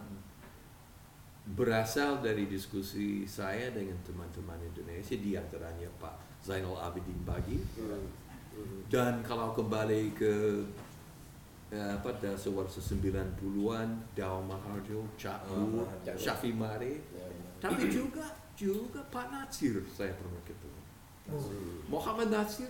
berasal dari diskusi saya dengan teman-teman Indonesia, di antaranya Pak Zainal Abidin Bagi. Hmm. Hmm. Dan kalau kembali ke eh, apa dasawarsa sembilan puluhan, Dawa Maharjo, Cak Oh, Lu, Cak Lu. Syafi Mari, Ya. tapi juga juga Pak Natsir saya pernah ketemu. Hmm. Muhammad Natsir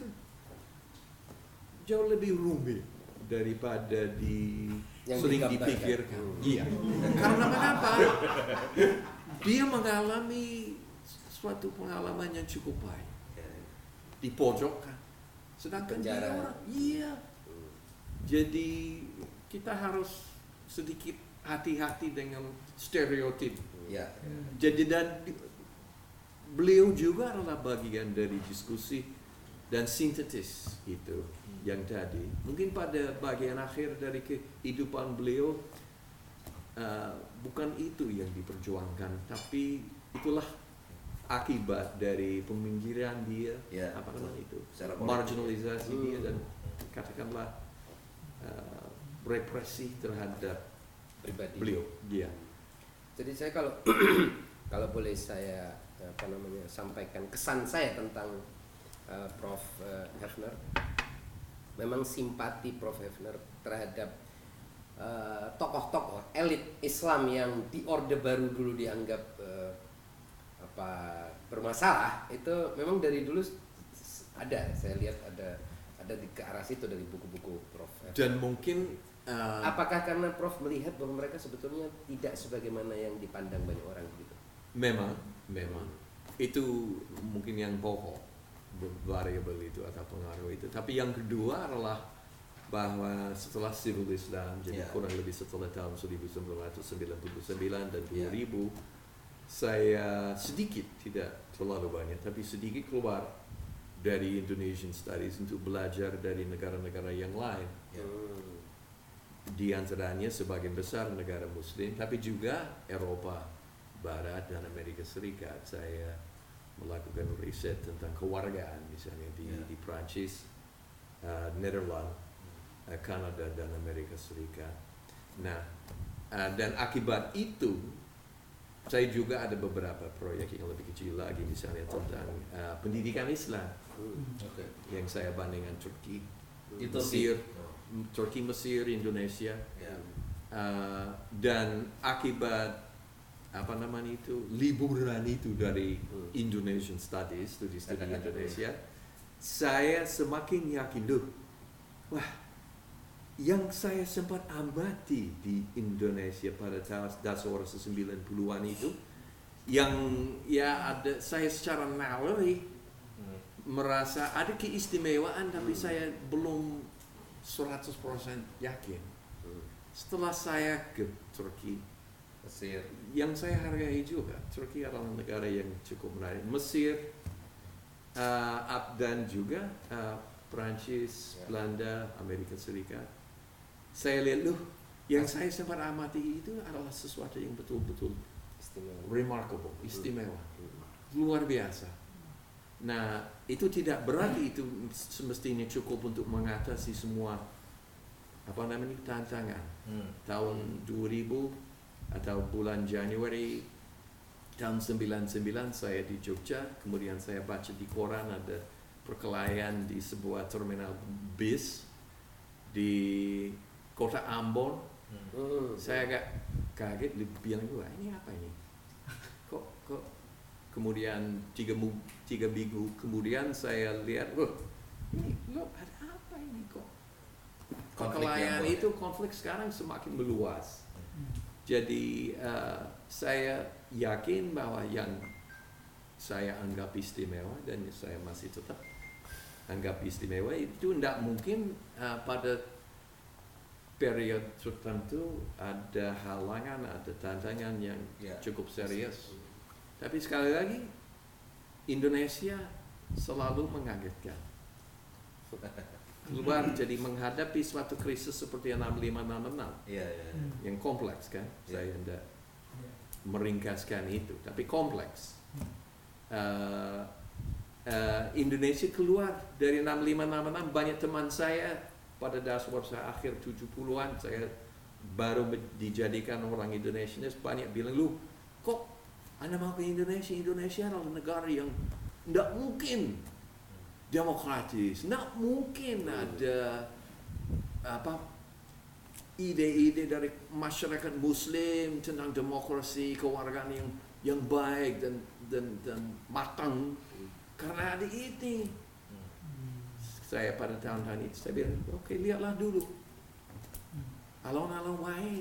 jauh lebih rumit daripada di Yang sering digambarkan. dipikirkan. Hmm. Iya. Karena kenapa? Dia mengalami suatu pengalaman yang cukup baik di pojokan. Sedangkan dia Penjara. orang, iya. Jadi kita harus sedikit hati-hati dengan stereotip. Ya. Jadi dan di- beliau juga adalah bagian dari diskusi dan sintetis itu yang tadi. Mungkin pada bagian akhir dari kehidupan beliau uh, bukan itu yang diperjuangkan, tapi itulah akibat dari peminggiran dia, Ya, apa betul. namanya itu, Secara politik. marginalisasi Hmm. dia, dan katakanlah uh, represi terhadap Pribadi. beliau. Dia. Jadi saya kalau kalau boleh saya apa namanya sampaikan kesan saya tentang uh, Prof uh, Hefner, memang simpati Prof Hefner terhadap uh, tokoh-tokoh elit Islam yang di Orde Baru dulu dianggap uh, apa bermasalah, itu memang dari dulu s- s- ada, saya lihat ada ada di ke arah situ dari buku-buku Prof Hefner. Dan mungkin uh, Apakah karena Prof melihat bahwa mereka sebetulnya tidak sebagaimana yang dipandang banyak orang gitu? memang, memang itu mungkin yang pokok variabel itu atau pengaruh itu. Tapi yang kedua adalah bahwa setelah Civil Islam, jadi Yeah. kurang lebih setelah tahun seribu sembilan ratus sembilan puluh sembilan dan Yeah. dua ribu, saya sedikit, tidak terlalu banyak, tapi sedikit keluar dari Indonesian Studies untuk belajar dari negara-negara yang lain. Ya. Di antaranya sebagian besar negara Muslim, tapi juga Eropa Barat dan Amerika Serikat. Saya melakukan riset tentang kewargaan, misalnya di, Ya. di Prancis, uh, Netherlands, uh, Kanada dan Amerika Serikat. Nah, uh, dan akibat itu, saya juga ada beberapa proyek yang lebih kecil lagi, misalnya tentang uh, pendidikan Islam Oke. yang saya bandingkan Turki, Itu Mesir, Oh, Turki, Mesir, Indonesia, ya. uh, dan akibat apa namanya itu liburan itu dari Indonesian Studies, studi-studi Indonesia, saya semakin yakin loh, wah, yang saya sempat amati di Indonesia pada tahun dasar sembilan puluhan itu, yang ya ada saya secara naluri Hmm. merasa ada keistimewaan, tapi saya belum seratus persen yakin. Setelah saya ke Turki, Mesir. yang saya hargai juga, Turki adalah negara yang cukup menarik. Mesir, uh, dan juga uh, Prancis, Ya. Belanda, Amerika Serikat. Saya lihat loh, yang saya sempat amati itu adalah sesuatu yang betul-betul Istimewa. remarkable, istimewa, luar biasa. Nah, itu tidak berarti itu semestinya cukup untuk mengatasi semua apa namanya tantangan. Hmm. Tahun dua ribu atau bulan Januari tahun sembilan puluh sembilan saya di Jogja, kemudian saya baca di koran ada perkelahian di sebuah terminal bis di kota Ambon. Hmm. Saya agak kaget, bilang gua ini apa ini? Kok kok kemudian tiga, mu- tiga minggu kemudian saya lihat, wah ini loh ada apa ini kok? Konflik Perkelahian yang itu konflik sekarang semakin meluas. Jadi uh, saya yakin bahwa yang saya anggap istimewa dan saya masih tetap anggap istimewa itu tidak mungkin uh, pada periode tertentu ada halangan, ada tantangan yang Ya. cukup serius. Tapi sekali lagi Indonesia selalu mengagetkan. Keluar jadi menghadapi suatu krisis seperti enam lima enam enam Iya, iya. yang kompleks kan, Ya. saya tidak meringkaskan itu, tapi kompleks. Uh, uh, Indonesia keluar dari enam lima enam enam, banyak teman saya pada dasar saya akhir tujuh puluhan saya baru dijadikan orang Indonesia, banyak bilang lu kok Anda mau ke Indonesia? Indonesia adalah negara yang tidak mungkin demokratis, tidak mungkin ada apa ide-ide dari masyarakat Muslim tentang demokrasi, kewargaan yang yang baik dan dan dan matang, karena ada ini. Saya pada tahun-tahun itu saya bilang, oke lihatlah dulu, alon-alon wae.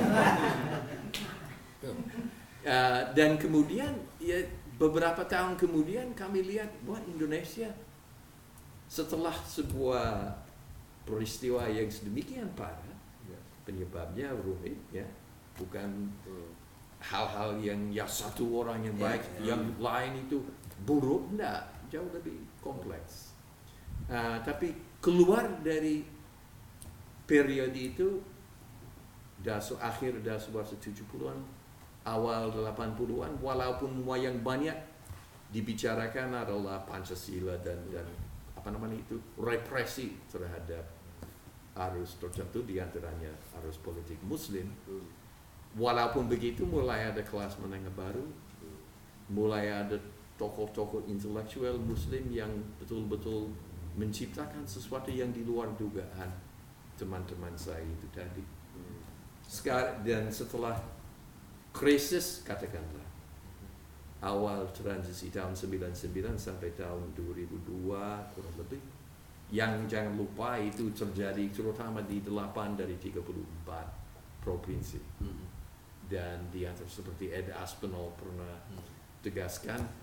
Uh, dan kemudian ya beberapa tahun kemudian kami lihat bahwa Indonesia setelah sebuah peristiwa yang sedemikian parah, penyebabnya rumit ya, bukan hal-hal yang ya satu orang yang baik, Ya, ya. yang lain itu buruk, enggak, jauh lebih kompleks. Uh, tapi keluar dari periode itu dasar akhir dasar tujuh puluhan awal delapan puluhan, walaupun yang banyak dibicarakan adalah Pancasila dan dan apa namanya itu represi terhadap arus tertentu, diantaranya arus politik Muslim. Walaupun begitu mulai ada kelas menengah baru, mulai ada tokoh-tokoh intelektual Muslim yang betul-betul menciptakan sesuatu yang di luar dugaan teman-teman saya itu tadi. Sekarang dan setelah krisis katakanlah awal transisi tahun sembilan puluh sembilan sampai tahun dua ribu dua kurang lebih, yang jangan lupa itu terjadi terutama di delapan dari tiga puluh empat provinsi. Dan di antara seperti Ed Aspinall pernah tegaskan,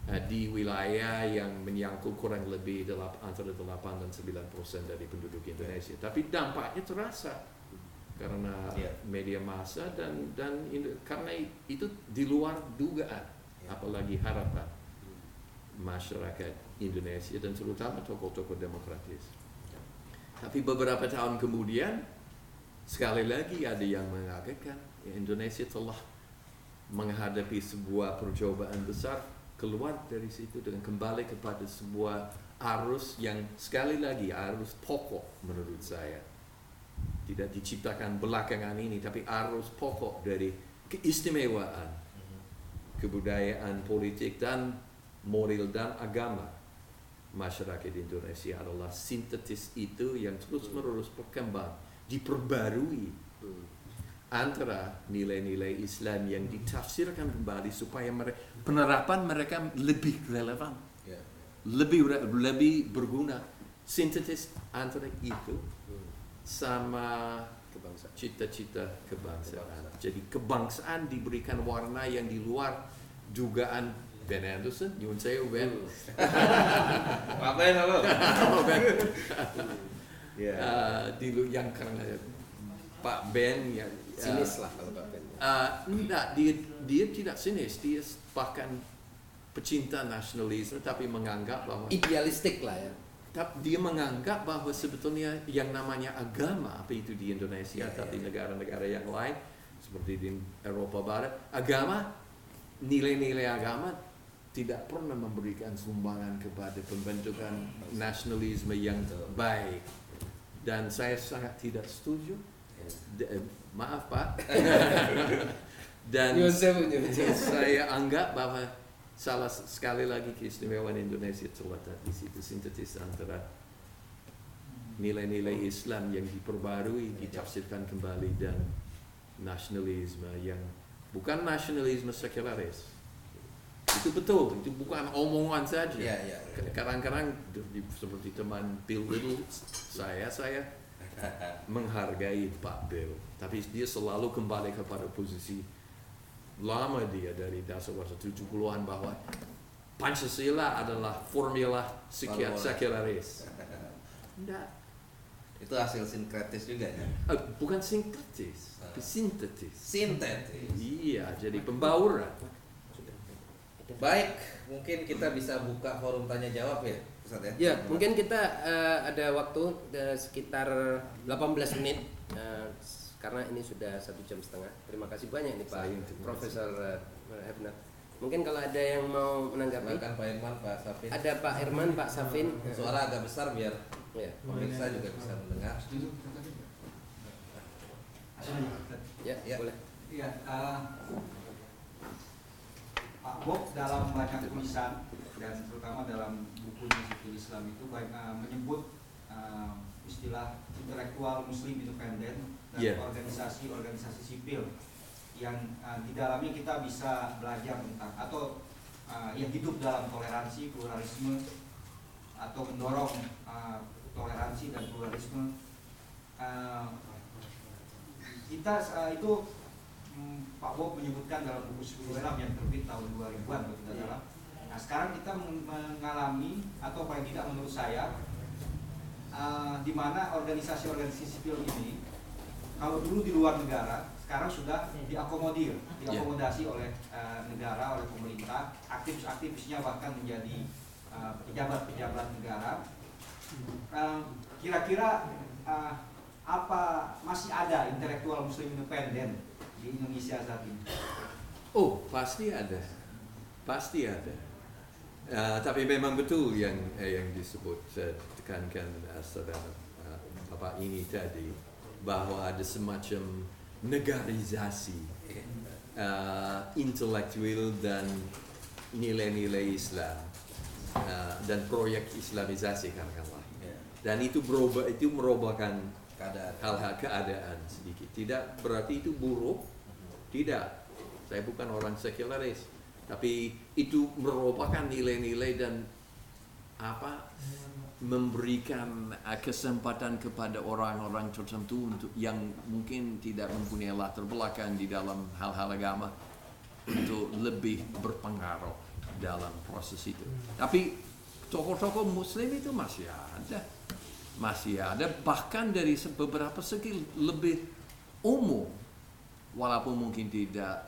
uh, di wilayah yang menyangkut kurang lebih delap, antara delapan dan sembilan persen dari penduduk Indonesia. Tapi dampaknya terasa karena yeah. media massa dan dan karena itu di luar dugaan, yeah. apalagi harapan masyarakat Indonesia dan terutama tokoh-tokoh demokratis. Tapi beberapa tahun kemudian, sekali lagi ada yang mengagetkan, ya, Indonesia telah menghadapi sebuah percobaan besar keluar dari situ dengan kembali kepada sebuah arus yang sekali lagi arus pokok menurut saya. Tidak diciptakan belakangan ini, tapi arus pokok dari keistimewaan kebudayaan politik dan moral dan agama masyarakat Indonesia adalah sintetis itu yang terus-menerus berkembang, diperbarui antara nilai-nilai Islam yang ditafsirkan kembali supaya mereka, penerapan mereka lebih relevan, yeah. lebih lebih berguna. Sintetis antara itu sama kebangsaan, cita-cita kebangsaan. kebangsaan. Jadi kebangsaan diberikan warna yang di luar dugaan. Ben Anderson, nyun saya Ben. Pak Ben, halo. Halo Ben. Ya. Uh, di lu yang karena Pak Ben yang uh, sinis lah kalau Pak Ben. Uh, enggak, dia dia tidak sinis, dia bahkan pecinta nasionalisme tapi menganggap bahwa idealistik lah ya. Tapi dia menganggap bahwa sebetulnya yang namanya agama, apa itu di Indonesia yeah, atau yeah, di negara-negara yang lain seperti di Eropa Barat, agama, nilai-nilai agama tidak pernah memberikan sumbangan kepada pembentukan nasionalisme yang baik, dan saya sangat tidak setuju. De, maaf Pak. Dan saya anggap bahwa salah sekali lagi keistimewaan Indonesia terletak di situ, sintetis antara nilai-nilai Islam yang diperbarui, ditafsirkan kembali, dan nasionalisme yang bukan nasionalisme sekularis. Itu betul, itu bukan omongan saja. Ya, ya, ya. Kadang-kadang seperti teman Bill Little, saya saya menghargai Pak Bill, tapi dia selalu kembali kepada posisi lama dia dari dasar-dasar tujuh puluhan bahwa Pancasila adalah formula sekularis. Tidak. Itu hasil sinkretis juga ya? Uh, bukan sinkretis, tapi sintetis. Sintetis. Iya, jadi pembauran. Baik, mungkin kita bisa buka forum tanya jawab ya, Ustaz ya? Ya, mungkin kita uh, ada waktu uh, sekitar delapan belas menit uh, karena ini sudah satu jam setengah. Terima kasih banyak nih Pak Profesor uh, Hefner. Mungkin kalau ada yang mau menanggapi. Silakan Pak Irman, Pak Safin. Ada Pak Irman, Pak Safin. Suara agak besar biar ya, pemirsa juga bisa mendengar. Ya, ya. Boleh. Iya. Uh, Pak Bob dalam banyak tulisan dan terutama dalam bukunya Sipil Islam itu banyak uh, menyebut uh, istilah intelektual Muslim independen dan yeah. organisasi-organisasi sipil yang uh, di dalamnya kita bisa belajar tentang atau uh, yang hidup dalam toleransi, pluralisme atau mendorong uh, toleransi dan pluralisme. Uh, kita uh, itu Pak Bob menyebutkan dalam buku Sipil Islam yang terbit tahun dua ribuan kalau tidak salah. Nah sekarang kita mengalami atau paling tidak menurut saya uh, di mana organisasi-organisasi sipil ini kalau dulu di luar negara sekarang sudah diakomodir, diakomodasi oleh uh, negara, oleh pemerintah, aktivis-aktivisnya bahkan menjadi uh, pejabat-pejabat negara. Uh, kira-kira uh, apa masih ada intelektual Muslim independen di Indonesia saat ini? Oh, pasti ada, pasti ada. Uh, tapi memang betul yang eh, yang disebut uh, tekankan uh, saudara uh, Bapak ini tadi bahwa ada semacam negarisasi uh, intelektual dan nilai-nilai Islam uh, dan proyek Islamisasi katakanlah. Dan itu berubah, itu merubahkan keadaan. hal-hal keadaan sedikit. Tidak berarti itu buruk, tidak. Saya bukan orang sekularis, tapi itu merupakan nilai-nilai dan apa memberikan kesempatan kepada orang-orang tertentu untuk yang mungkin tidak mempunyai latar belakang di dalam hal-hal agama untuk lebih berpengaruh dalam proses itu. Tapi tokoh-tokoh Muslim itu masih ada, masih ada bahkan dari beberapa segi lebih umum, walaupun mungkin tidak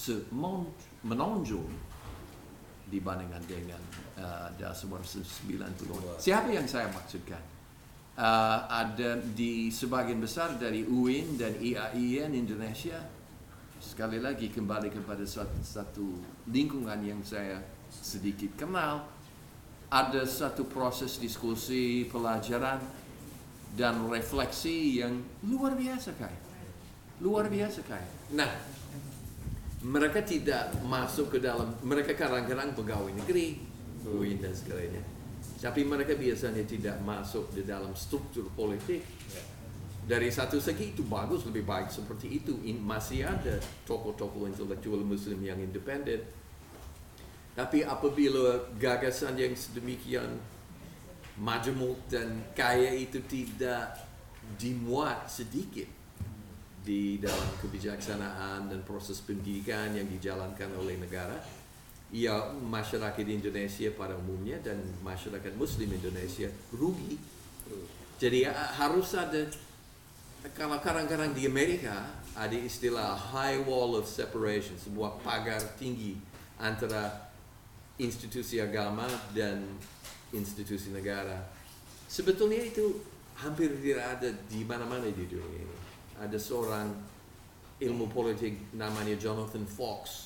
menonjol dibandingkan dengan uh, dalam sembilan puluh. Siapa yang saya maksudkan? Uh, ada di sebagian besar dari U I N dan I A I N Indonesia. Sekali lagi kembali kepada satu, satu lingkungan yang saya sedikit kenal. Ada satu proses diskusi, pelajaran dan refleksi yang luar biasa kaya, luar biasa kaya. Nah, mereka tidak masuk ke dalam, mereka kadang-kadang pegawai negeri, U I N dan sebagainya. Tapi mereka biasanya tidak masuk di dalam struktur politik. Dari satu segi itu bagus, lebih baik seperti itu. Masih ada tokoh-tokoh intelektual Muslim yang independen. Tapi apabila gagasan yang sedemikian majemuk dan kaya itu tidak dimuat sedikit di dalam kebijaksanaan dan proses pendidikan yang dijalankan oleh negara, ya masyarakat Indonesia pada umumnya dan masyarakat Muslim Indonesia rugi. Jadi harus ada, kalau kadang-kadang di Amerika ada istilah high wall of separation, sebuah pagar tinggi antara institusi agama dan institusi negara. Sebetulnya itu hampir tidak ada di mana-mana di dunia ini. Ada seorang ilmu politik namanya Jonathan Fox,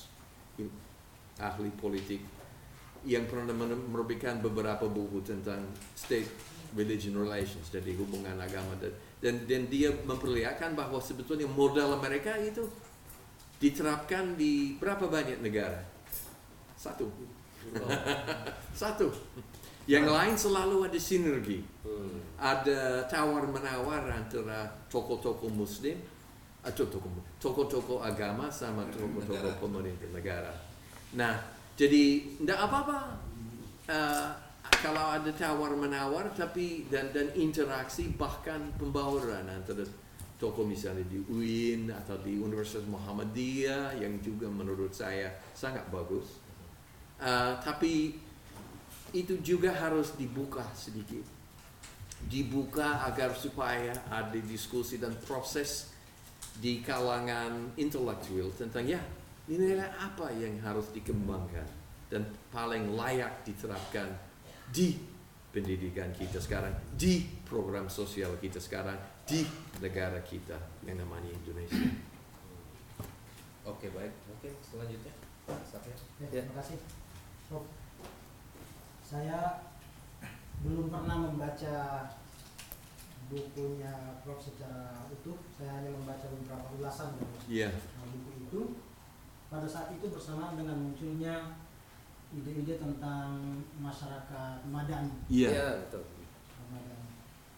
ahli politik, yang pernah menerbitkan beberapa buku tentang state religion relations, jadi hubungan agama, dan, dan dan dia memperlihatkan bahwa sebetulnya modal mereka itu diterapkan di berapa banyak negara? Satu. Satu. Yang lain selalu ada sinergi, ada tawar-menawar antara tokoh-tokoh Muslim atau tokoh-tokoh agama sama tokoh-tokoh pemerintah negara. Nah, jadi tidak apa-apa uh, kalau ada tawar-menawar, tapi dan dan interaksi bahkan pembauran antara tokoh misalnya di U I N atau di Universitas Muhammadiyah yang juga menurut saya sangat bagus. Uh, tapi itu juga harus dibuka sedikit, dibuka agar supaya ada diskusi dan proses di kalangan intelektual tentang ya nilai apa yang harus dikembangkan dan paling layak diterapkan di pendidikan kita sekarang, di program sosial kita sekarang, di negara kita yang namanya Indonesia. Oke, baik. Oke, selanjutnya. Satya. Ya, terima kasih. So, saya belum pernah membaca bukunya Prof secara utuh. Saya hanya membaca beberapa ulasan dari yeah. buku itu. Pada saat itu bersamaan dengan munculnya ide-ide tentang masyarakat madani. Iya, yeah. betul. Madani.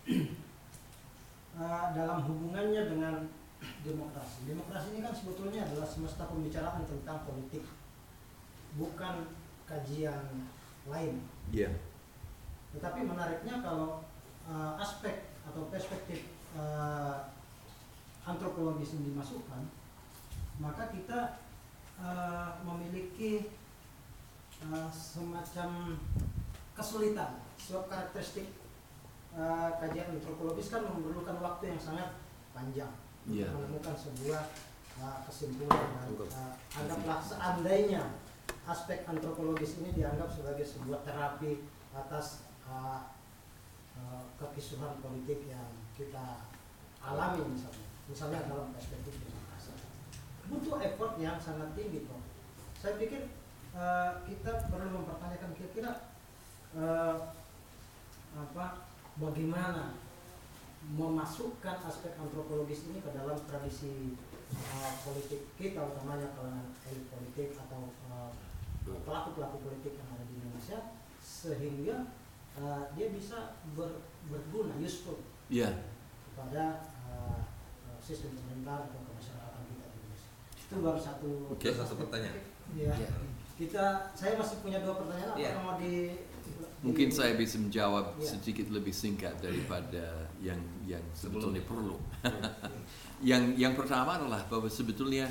uh, dalam hubungannya dengan demokrasi. Demokrasi ini kan sebetulnya adalah semesta pembicaraan tentang politik, bukan kajian lain. Iya. Yeah. Tetapi menariknya kalau uh, aspek atau perspektif uh, antropologis yang dimasukkan, maka kita uh, memiliki uh, semacam kesulitan. Sebab karakteristik uh, kajian antropologis kan memerlukan waktu yang sangat panjang yeah. untuk menemukan sebuah uh, kesimpulan. Dan uh, anggaplah seandainya aspek antropologis ini dianggap sebagai sebuah terapi atas uh, uh, kekisruhan politik yang kita alami, misalnya misalnya dalam perspektif demokrasi, butuh effort yang sangat tinggi, Prof. Saya pikir uh, kita perlu mempertanyakan kira-kira uh, apa bagaimana memasukkan aspek antropologis ini ke dalam tradisi uh, politik kita, utamanya kalangan elit politik atau uh, pelaku-pelaku politik yang ada di Indonesia, sehingga uh, dia bisa ber, berguna, useful yeah. kepada uh, sistem pemerintahan atau kemasyarakatan kita di Indonesia. Itu baru satu. Okay. Satu pertanyaan. Ya. Yeah. Kita, saya masih punya dua pertanyaan. Yeah. Apakah mau di? Mungkin di, saya bisa menjawab yeah. sedikit lebih singkat daripada yang yang sebetulnya perlu. yang yang pertama adalah bahwa sebetulnya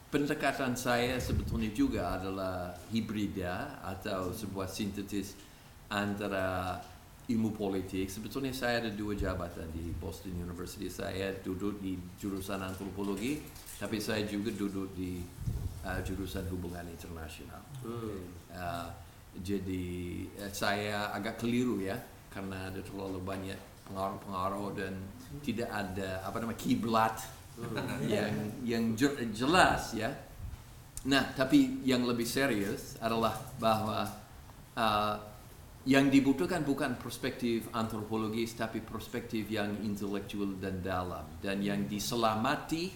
pendekatan saya sebetulnya juga adalah hibrida atau sebuah sintetis antara ilmu politik. Sebetulnya saya ada dua jabatan di Boston University. Saya duduk di jurusan antropologi, tapi saya juga duduk di uh, jurusan hubungan internasional. Hmm. Uh, jadi uh, saya agak keliru ya, karena ada terlalu banyak pengaruh-pengaruh dan tidak ada apa namanya kiblat hmm. yang yang jelas ya. Nah, tapi yang lebih serius adalah bahwa uh, yang dibutuhkan bukan perspektif antropologis, tapi perspektif yang intelektual dan dalam, dan yang diselamati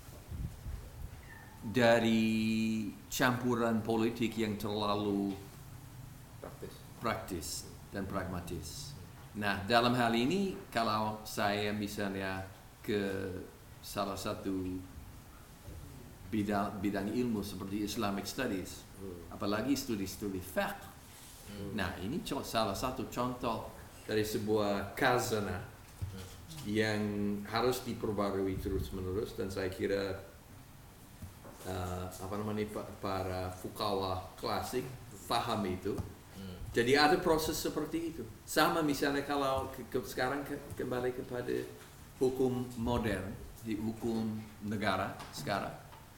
dari campuran politik yang terlalu Praktis. praktis dan pragmatis. Nah, dalam hal ini kalau saya misalnya ke salah satu bidang bidang ilmu seperti Islamic Studies, hmm. apalagi studi-studi fiqh, hmm. nah ini salah satu contoh dari sebuah khazanah hmm. yang harus diperbarui terus-menerus, dan saya kira uh, apa namanya para fuqaha klasik faham itu. Jadi ada proses seperti itu. Sama misalnya kalau ke, ke, sekarang ke, kembali kepada hukum modern, di hukum negara sekarang.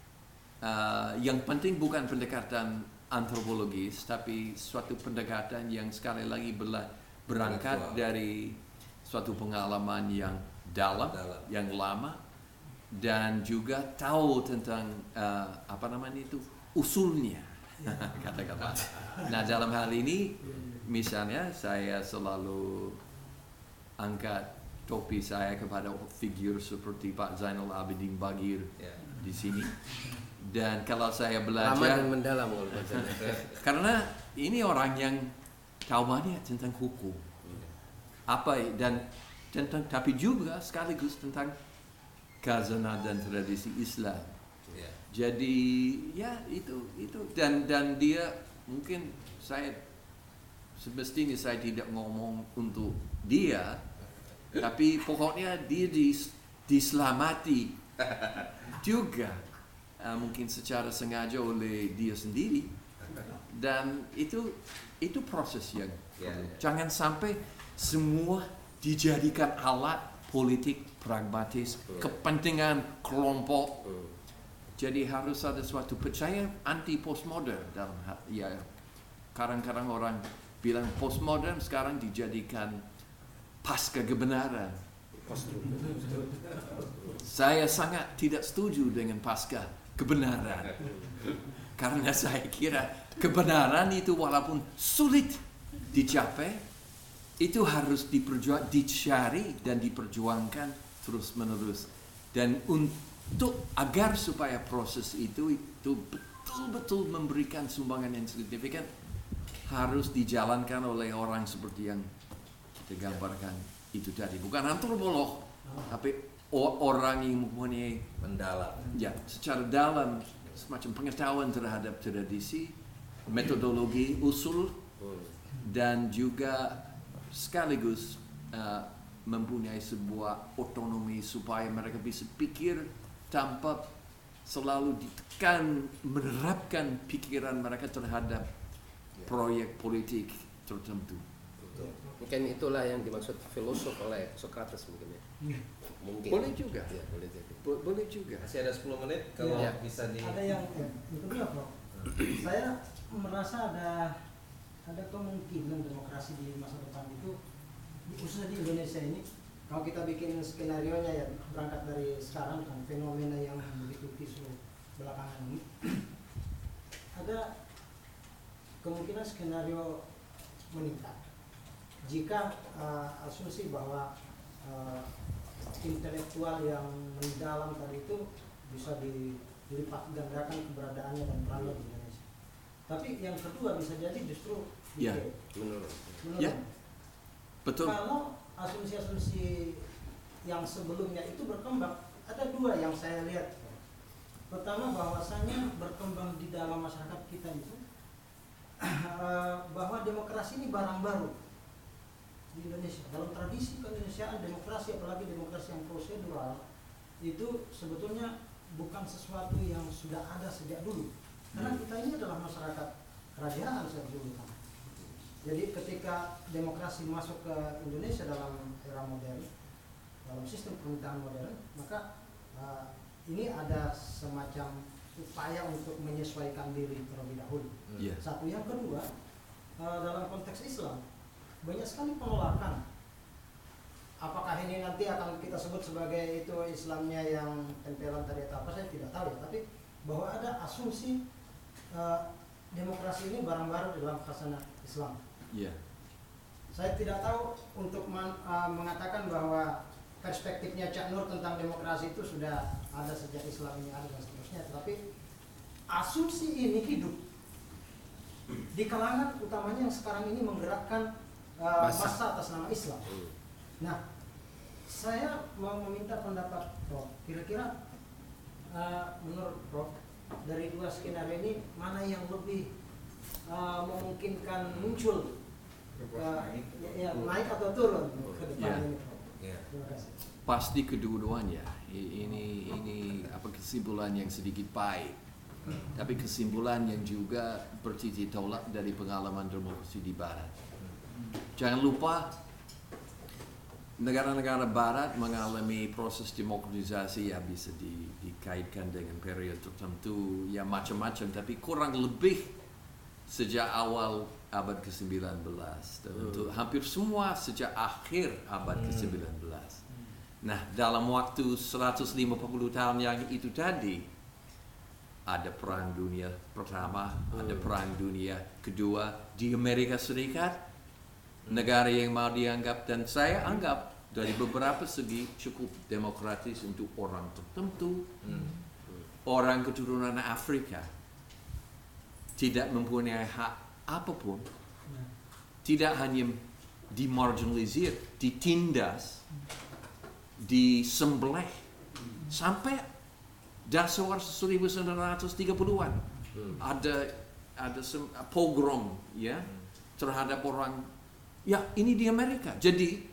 Uh, yang penting bukan pendekatan antropologis, tapi suatu pendekatan yang sekali lagi bela, berangkat dari suatu pengalaman yang dalam, dalam, yang lama, dan juga tahu tentang uh, apa namanya itu usulnya. Kata-kata. Nah, dalam hal ini misalnya saya selalu angkat topi saya kepada figur seperti Pak Zainal Abidin Bagir yeah. di sini. Dan kalau saya belajar lama dan mendalam karena ini orang yang tahu banyak tentang hukum. Apa dan tentang tapi juga sekaligus tentang khazanah dan tradisi Islam. Yeah. Jadi ya itu itu dan dan dia mungkin saya semestinya saya tidak ngomong untuk dia, tapi pokoknya dia dis, diselamati juga uh, mungkin secara sengaja oleh dia sendiri, dan itu itu proses yang yeah, yeah. jangan sampai semua dijadikan alat politik pragmatis yeah. kepentingan kelompok. Yeah. Jadi harus ada suatu percaya anti postmodern dalam ya kadang-kadang orang bilang postmodern sekarang dijadikan pasca kebenaran. Saya sangat tidak setuju dengan pasca kebenaran. Karena saya kira kebenaran itu walaupun sulit dicapai, itu harus diperjuang, dicari dan diperjuangkan terus-menerus. Dan untuk Untuk agar supaya proses itu itu betul-betul memberikan sumbangan yang signifikan, harus dijalankan oleh orang seperti yang kita gambarkan itu tadi. Bukan antropolog, tapi orang yang mempunyai mendalam. Ya, secara dalam semacam pengetahuan terhadap tradisi, metodologi, usul, dan juga sekaligus uh, mempunyai sebuah otonomi supaya mereka bisa pikir tanpa selalu ditekan menerapkan pikiran mereka terhadap ya. proyek politik tertentu. Betul. Mungkin itulah yang dimaksud filosof oleh Socrates mungkin ya. Mungkin. Boleh juga. Ya, boleh jadi. Bo boleh juga. Masih ada sepuluh menit kalau ya. bisa di. Ada yang eh, itu dia, Prof. Saya merasa ada ada kemungkinan demokrasi di masa depan itu khususnya di Indonesia ini. Kalau kita bikin skenario-nya ya berangkat dari sekarang kan fenomena yang begitu kisruh belakangan ini, ada kemungkinan skenario meningkat jika uh, asumsi bahwa uh, intelektual yang mendalam tadi itu bisa dilipat gandakan keberadaannya dan perannya di Indonesia. Tapi yang kedua bisa jadi justru ya, menurut. menurut ya, betul. Kalau asumsi-asumsi yang sebelumnya itu berkembang, ada dua yang saya lihat. Pertama, bahwasanya berkembang di dalam masyarakat kita itu bahwa demokrasi ini barang baru di Indonesia. Dalam tradisi keindonesiaan demokrasi, apalagi demokrasi yang prosedural, itu sebetulnya bukan sesuatu yang sudah ada sejak dulu. Karena kita ini adalah masyarakat kerajaan sejak dulu kan. Jadi ketika demokrasi masuk ke Indonesia dalam era modern, dalam sistem pemerintahan modern, maka uh, ini ada semacam upaya untuk menyesuaikan diri terlebih dahulu. Yeah. Satu, yang kedua, uh, dalam konteks Islam banyak sekali penolakan. Apakah ini nanti akan kita sebut sebagai itu Islamnya yang tempelan tadi atau apa, saya tidak tahu ya. Tapi bahwa ada asumsi uh, demokrasi ini barang baru dalam khasanah Islam. Yeah. Saya tidak tahu untuk man, uh, mengatakan bahwa perspektifnya Cak Nur tentang demokrasi itu sudah ada sejak Islam ini ada dan seterusnya. Tetapi asumsi ini hidup di kalangan utamanya yang sekarang ini menggerakkan uh, Masa. massa atas nama Islam. Nah, saya mau meminta pendapat Prof. Kira-kira uh, menurut Prof, dari dua skenario ini mana yang lebih uh, memungkinkan muncul uh, ya, ya, naik atau turun ke depan Ya. ini, Prof? Ya. Terima kasih. Pasti kedua-duanya. I- Ini ini apa kesimpulan yang sedikit pahit, tapi kesimpulan yang juga bertitik tolak dari pengalaman demokrasi di Barat. Jangan lupa negara-negara Barat mengalami proses demokratisasi yang bisa di, dikaitkan dengan periode tertentu yang macam-macam, tapi kurang lebih sejak awal abad kesembilan belas dan untuk hampir semua sejak akhir abad kesembilan belas. Nah, dalam waktu seratus lima puluh tahun yang itu tadi ada perang dunia pertama, ada perang dunia kedua di Amerika Serikat, negara yang mau dianggap dan saya anggap dari beberapa segi cukup demokratis untuk orang tertentu, orang keturunan Afrika tidak mempunyai hak apapun, tidak hanya dimarginalisir, ditindas, disembelih sampai dasar seribu sembilan ratus tiga puluhan ada ada sem- pogrom ya terhadap orang ya ini di Amerika. Jadi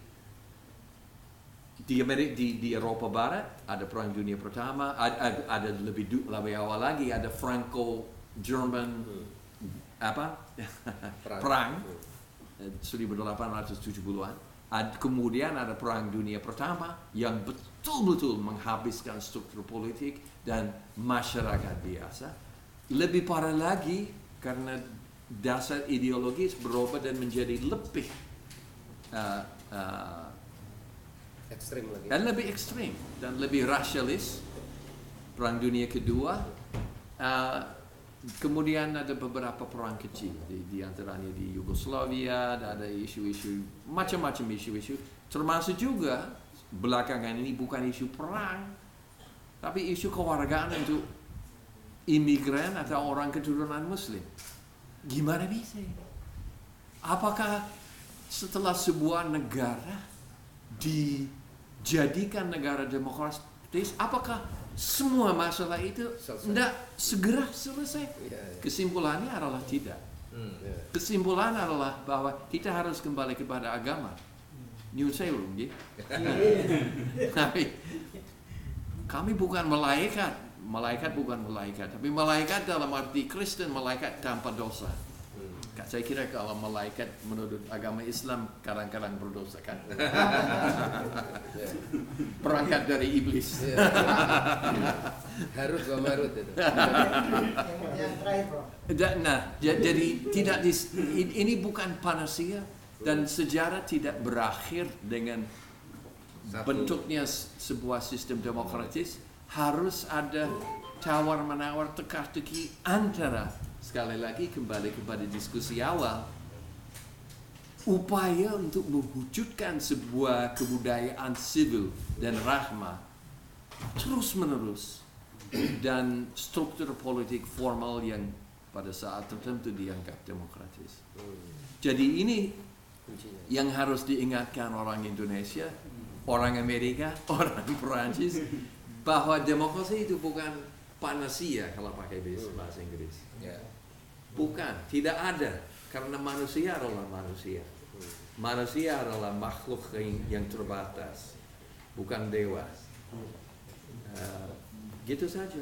di Amerika di, di Eropa Barat ada perang dunia pertama, ada, ada, ada lebih du, lebih awal lagi ada Franco German apa Perang. perang seribu delapan ratus tujuh puluhan. Ad, kemudian ada perang dunia pertama yang betul-betul menghabiskan struktur politik dan masyarakat biasa. Lebih parah lagi karena dasar ideologis berubah dan menjadi lebih uh, uh, Ekstrim lagi. dan lebih ekstrim dan lebih rasialis. Perang dunia kedua, uh, kemudian ada beberapa perang kecil di, di antaranya di Yugoslavia, ada isu-isu macam-macam isu-isu, termasuk juga belakangan ini bukan isu perang, tapi isu kewargaan untuk imigran atau orang keturunan Muslim. Gimana bisa? Apakah setelah sebuah negara dijadikan negara demokratis, apakah semua masalah itu Selesai. tidak segera selesai? Iya, iya. Kesimpulannya adalah tidak. Hmm. Ya. Kesimpulan adalah bahwa kita harus kembali kepada agama. Nyun sewu, nggih. Tapi kami bukan malaikat, malaikat bukan malaikat, tapi malaikat dalam arti Kristen, malaikat tanpa dosa. Saya kira kalau malaikat menurut agama Islam kadang-kadang berdosa kan. Perangkat dari iblis. Ya. Harut wa marut itu. yang, yang terakhir, Prof. Da- Nah, ja- jadi tidak dis, i- ini bukan panacea dan sejarah tidak berakhir dengan Satu. bentuknya s- sebuah sistem demokratis. Harus ada tawar-menawar, teka-teki antara, sekali lagi kembali kepada diskusi awal, upaya untuk mewujudkan sebuah kebudayaan sivil dan rahmah terus-menerus dan struktur politik formal yang pada saat tertentu dianggap demokratis. Jadi ini Kuncinya. yang harus diingatkan orang Indonesia, orang Amerika, orang Perancis, bahwa demokrasi itu bukan panacea kalau pakai bahasa Inggris. Ya. Bukan, tidak ada. Karena manusia adalah manusia. Manusia adalah makhluk yang, yang terbatas, bukan dewa. Uh, gitu saja.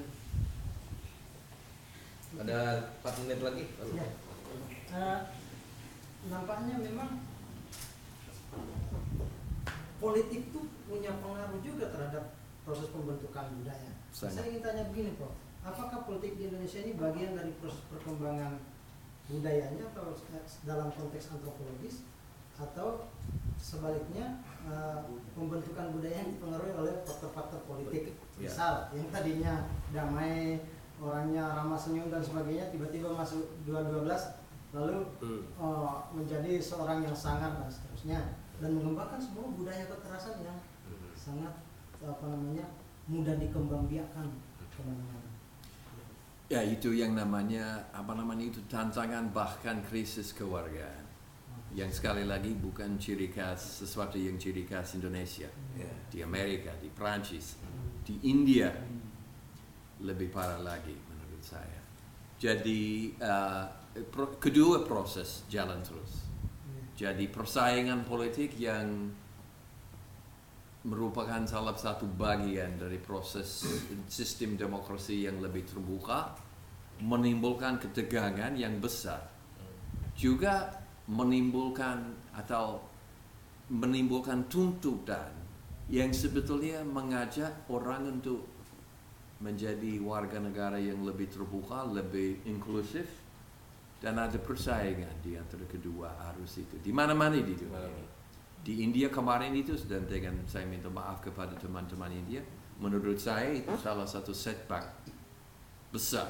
Ada empat menit lagi. Ya. Uh, nampaknya memang politik itu punya pengaruh juga terhadap proses pembentukan budaya. Sangat. Saya ingin tanya begini, Prof. Apakah politik di Indonesia ini bagian dari proses perkembangan budayanya atau dalam konteks antropologis, atau sebaliknya uh, pembentukan budaya yang dipengaruhi oleh faktor-faktor politik? Ya. Misal yang tadinya damai, orangnya ramah senyum dan sebagainya, tiba-tiba masuk dua ribu dua belas lalu Hmm. uh, menjadi seorang yang sangar dan seterusnya, dan mengembangkan sebuah budaya kekerasan yang sangat apa namanya mudah dikembangbiakkan kemana-mana. Ya, itu yang namanya apa namanya itu tantangan bahkan krisis keluargaan. Yang sekali lagi bukan ciri khas sesuatu yang ciri khas Indonesia. Ya. Di Amerika, di Prancis, di India lebih parah lagi menurut saya. Jadi uh, pro, kedua proses jalan terus. Jadi persaingan politik yang merupakan salah satu bagian dari proses sistem demokrasi yang lebih terbuka, menimbulkan ketegangan yang besar, juga menimbulkan atau menimbulkan tuntutan yang sebetulnya mengajak orang untuk menjadi warga negara yang lebih terbuka, lebih inklusif, dan ada persaingan di antara kedua arus itu di mana-mana di dunia ini. Di India kemarin itu, dan dengan saya minta maaf kepada teman-teman India, menurut saya itu salah satu setback besar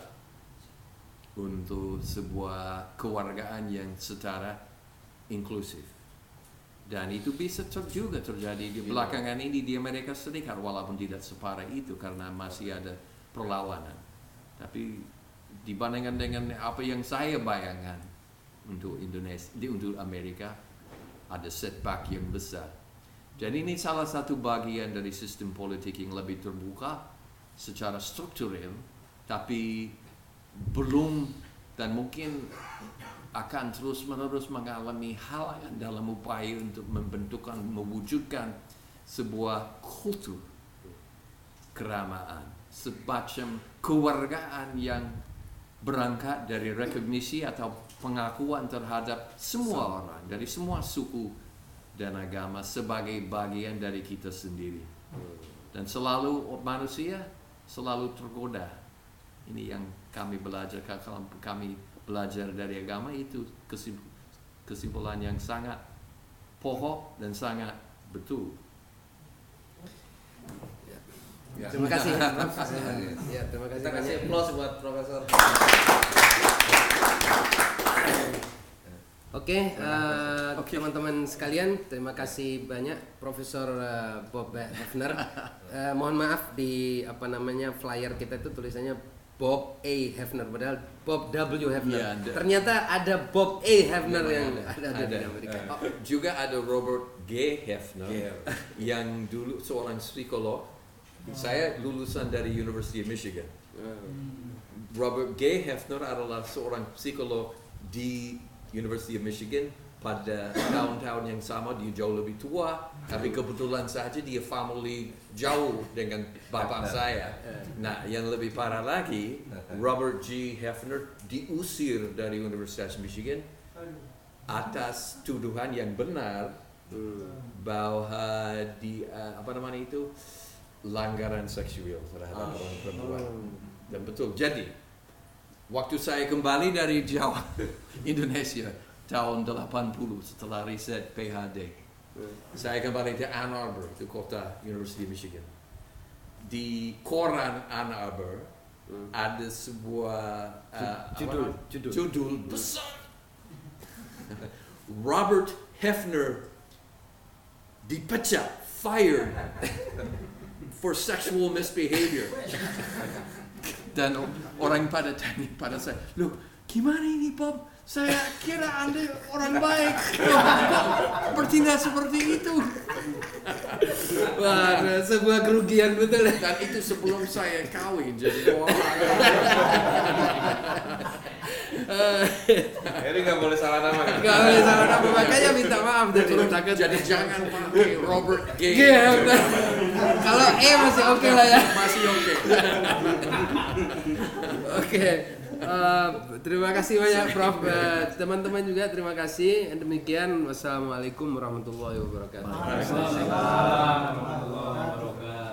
untuk sebuah kewargaan yang secara inklusif. Dan itu bisa ter juga terjadi di belakangan ini di Amerika Serikat, walaupun tidak separah itu karena masih ada perlawanan. Tapi dibandingkan dengan apa yang saya bayangkan untuk Indonesia, di untuk Amerika, ada setback yang besar. Jadi ini salah satu bagian dari sistem politik yang lebih terbuka secara struktural, tapi belum dan mungkin akan terus-menerus mengalami halangan dalam upaya untuk membentukkan, mewujudkan sebuah kultur keramaan, semacam kewargaan yang berangkat dari rekognisi atau pengakuan terhadap semua orang, dari semua suku dan agama sebagai bagian dari kita sendiri. Dan selalu manusia selalu tergoda. Ini yang kami belajar, kalau kami belajar dari agama itu kesimpulan yang sangat pokok dan sangat betul. Ya. Terima kasih. Ya, terima kasih Kita kasih banyak. applause buat Profesor. Oke, eh, Oke. teman-teman sekalian, terima kasih banyak Profesor eh, Bob Hefner. Eh, mohon maaf di apa namanya flyer kita itu tulisannya Bob A. Hefner, padahal Bob W. Hefner. Ya, ada. Ternyata ada Bob A. Hefner Memang yang ada. ada, di Ada. Amerika. Oh, juga ada Robert G. Hefner G. yang dulu seorang psikolog. Saya lulusan dari University of Michigan. Robert G. Hefner adalah seorang psikolog di University of Michigan. Pada tahun-tahun yang sama dia jauh lebih tua, tapi kebetulan saja dia family jauh dengan bapak saya. Nah, yang lebih parah lagi, Robert G. Hefner diusir dari Universitas Michigan atas tuduhan yang benar bahwa di uh, apa namanya itu langgaran seksual terhadap orang perempuan. Dan betul. Jadi waktu saya kembali dari Jawa, Indonesia tahun delapan puluh setelah riset P H D, saya kembali ke Ann Arbor, itu kota University of Michigan. Di koran Ann Arbor ada sebuah uh, Judul, apa, judul. judul besar. Robert Hefner dipecat, fired for sexual misbehavior. Dan orang pada tanya pada saya, loh gimana ini Bob? Saya kira Anda orang baik, kok bertindak seperti itu? Wah, sebuah kerugian betul. Dan itu sebelum saya kawin, jadi orang. Jadi nggak boleh salah nama kan? Gak boleh salah nama, makanya minta maaf dari Jadi, jadi jangan pakai Robert G. Iya, benar. Kalau E masih oke lah ya. Masih oke. Oke, eh, terima kasih banyak Prof. Eh, teman-teman juga terima kasih. Demikian, wassalamualaikum warahmatullahi wabarakatuh. Waalaikumsalam warahmatullahi wabarakatuh.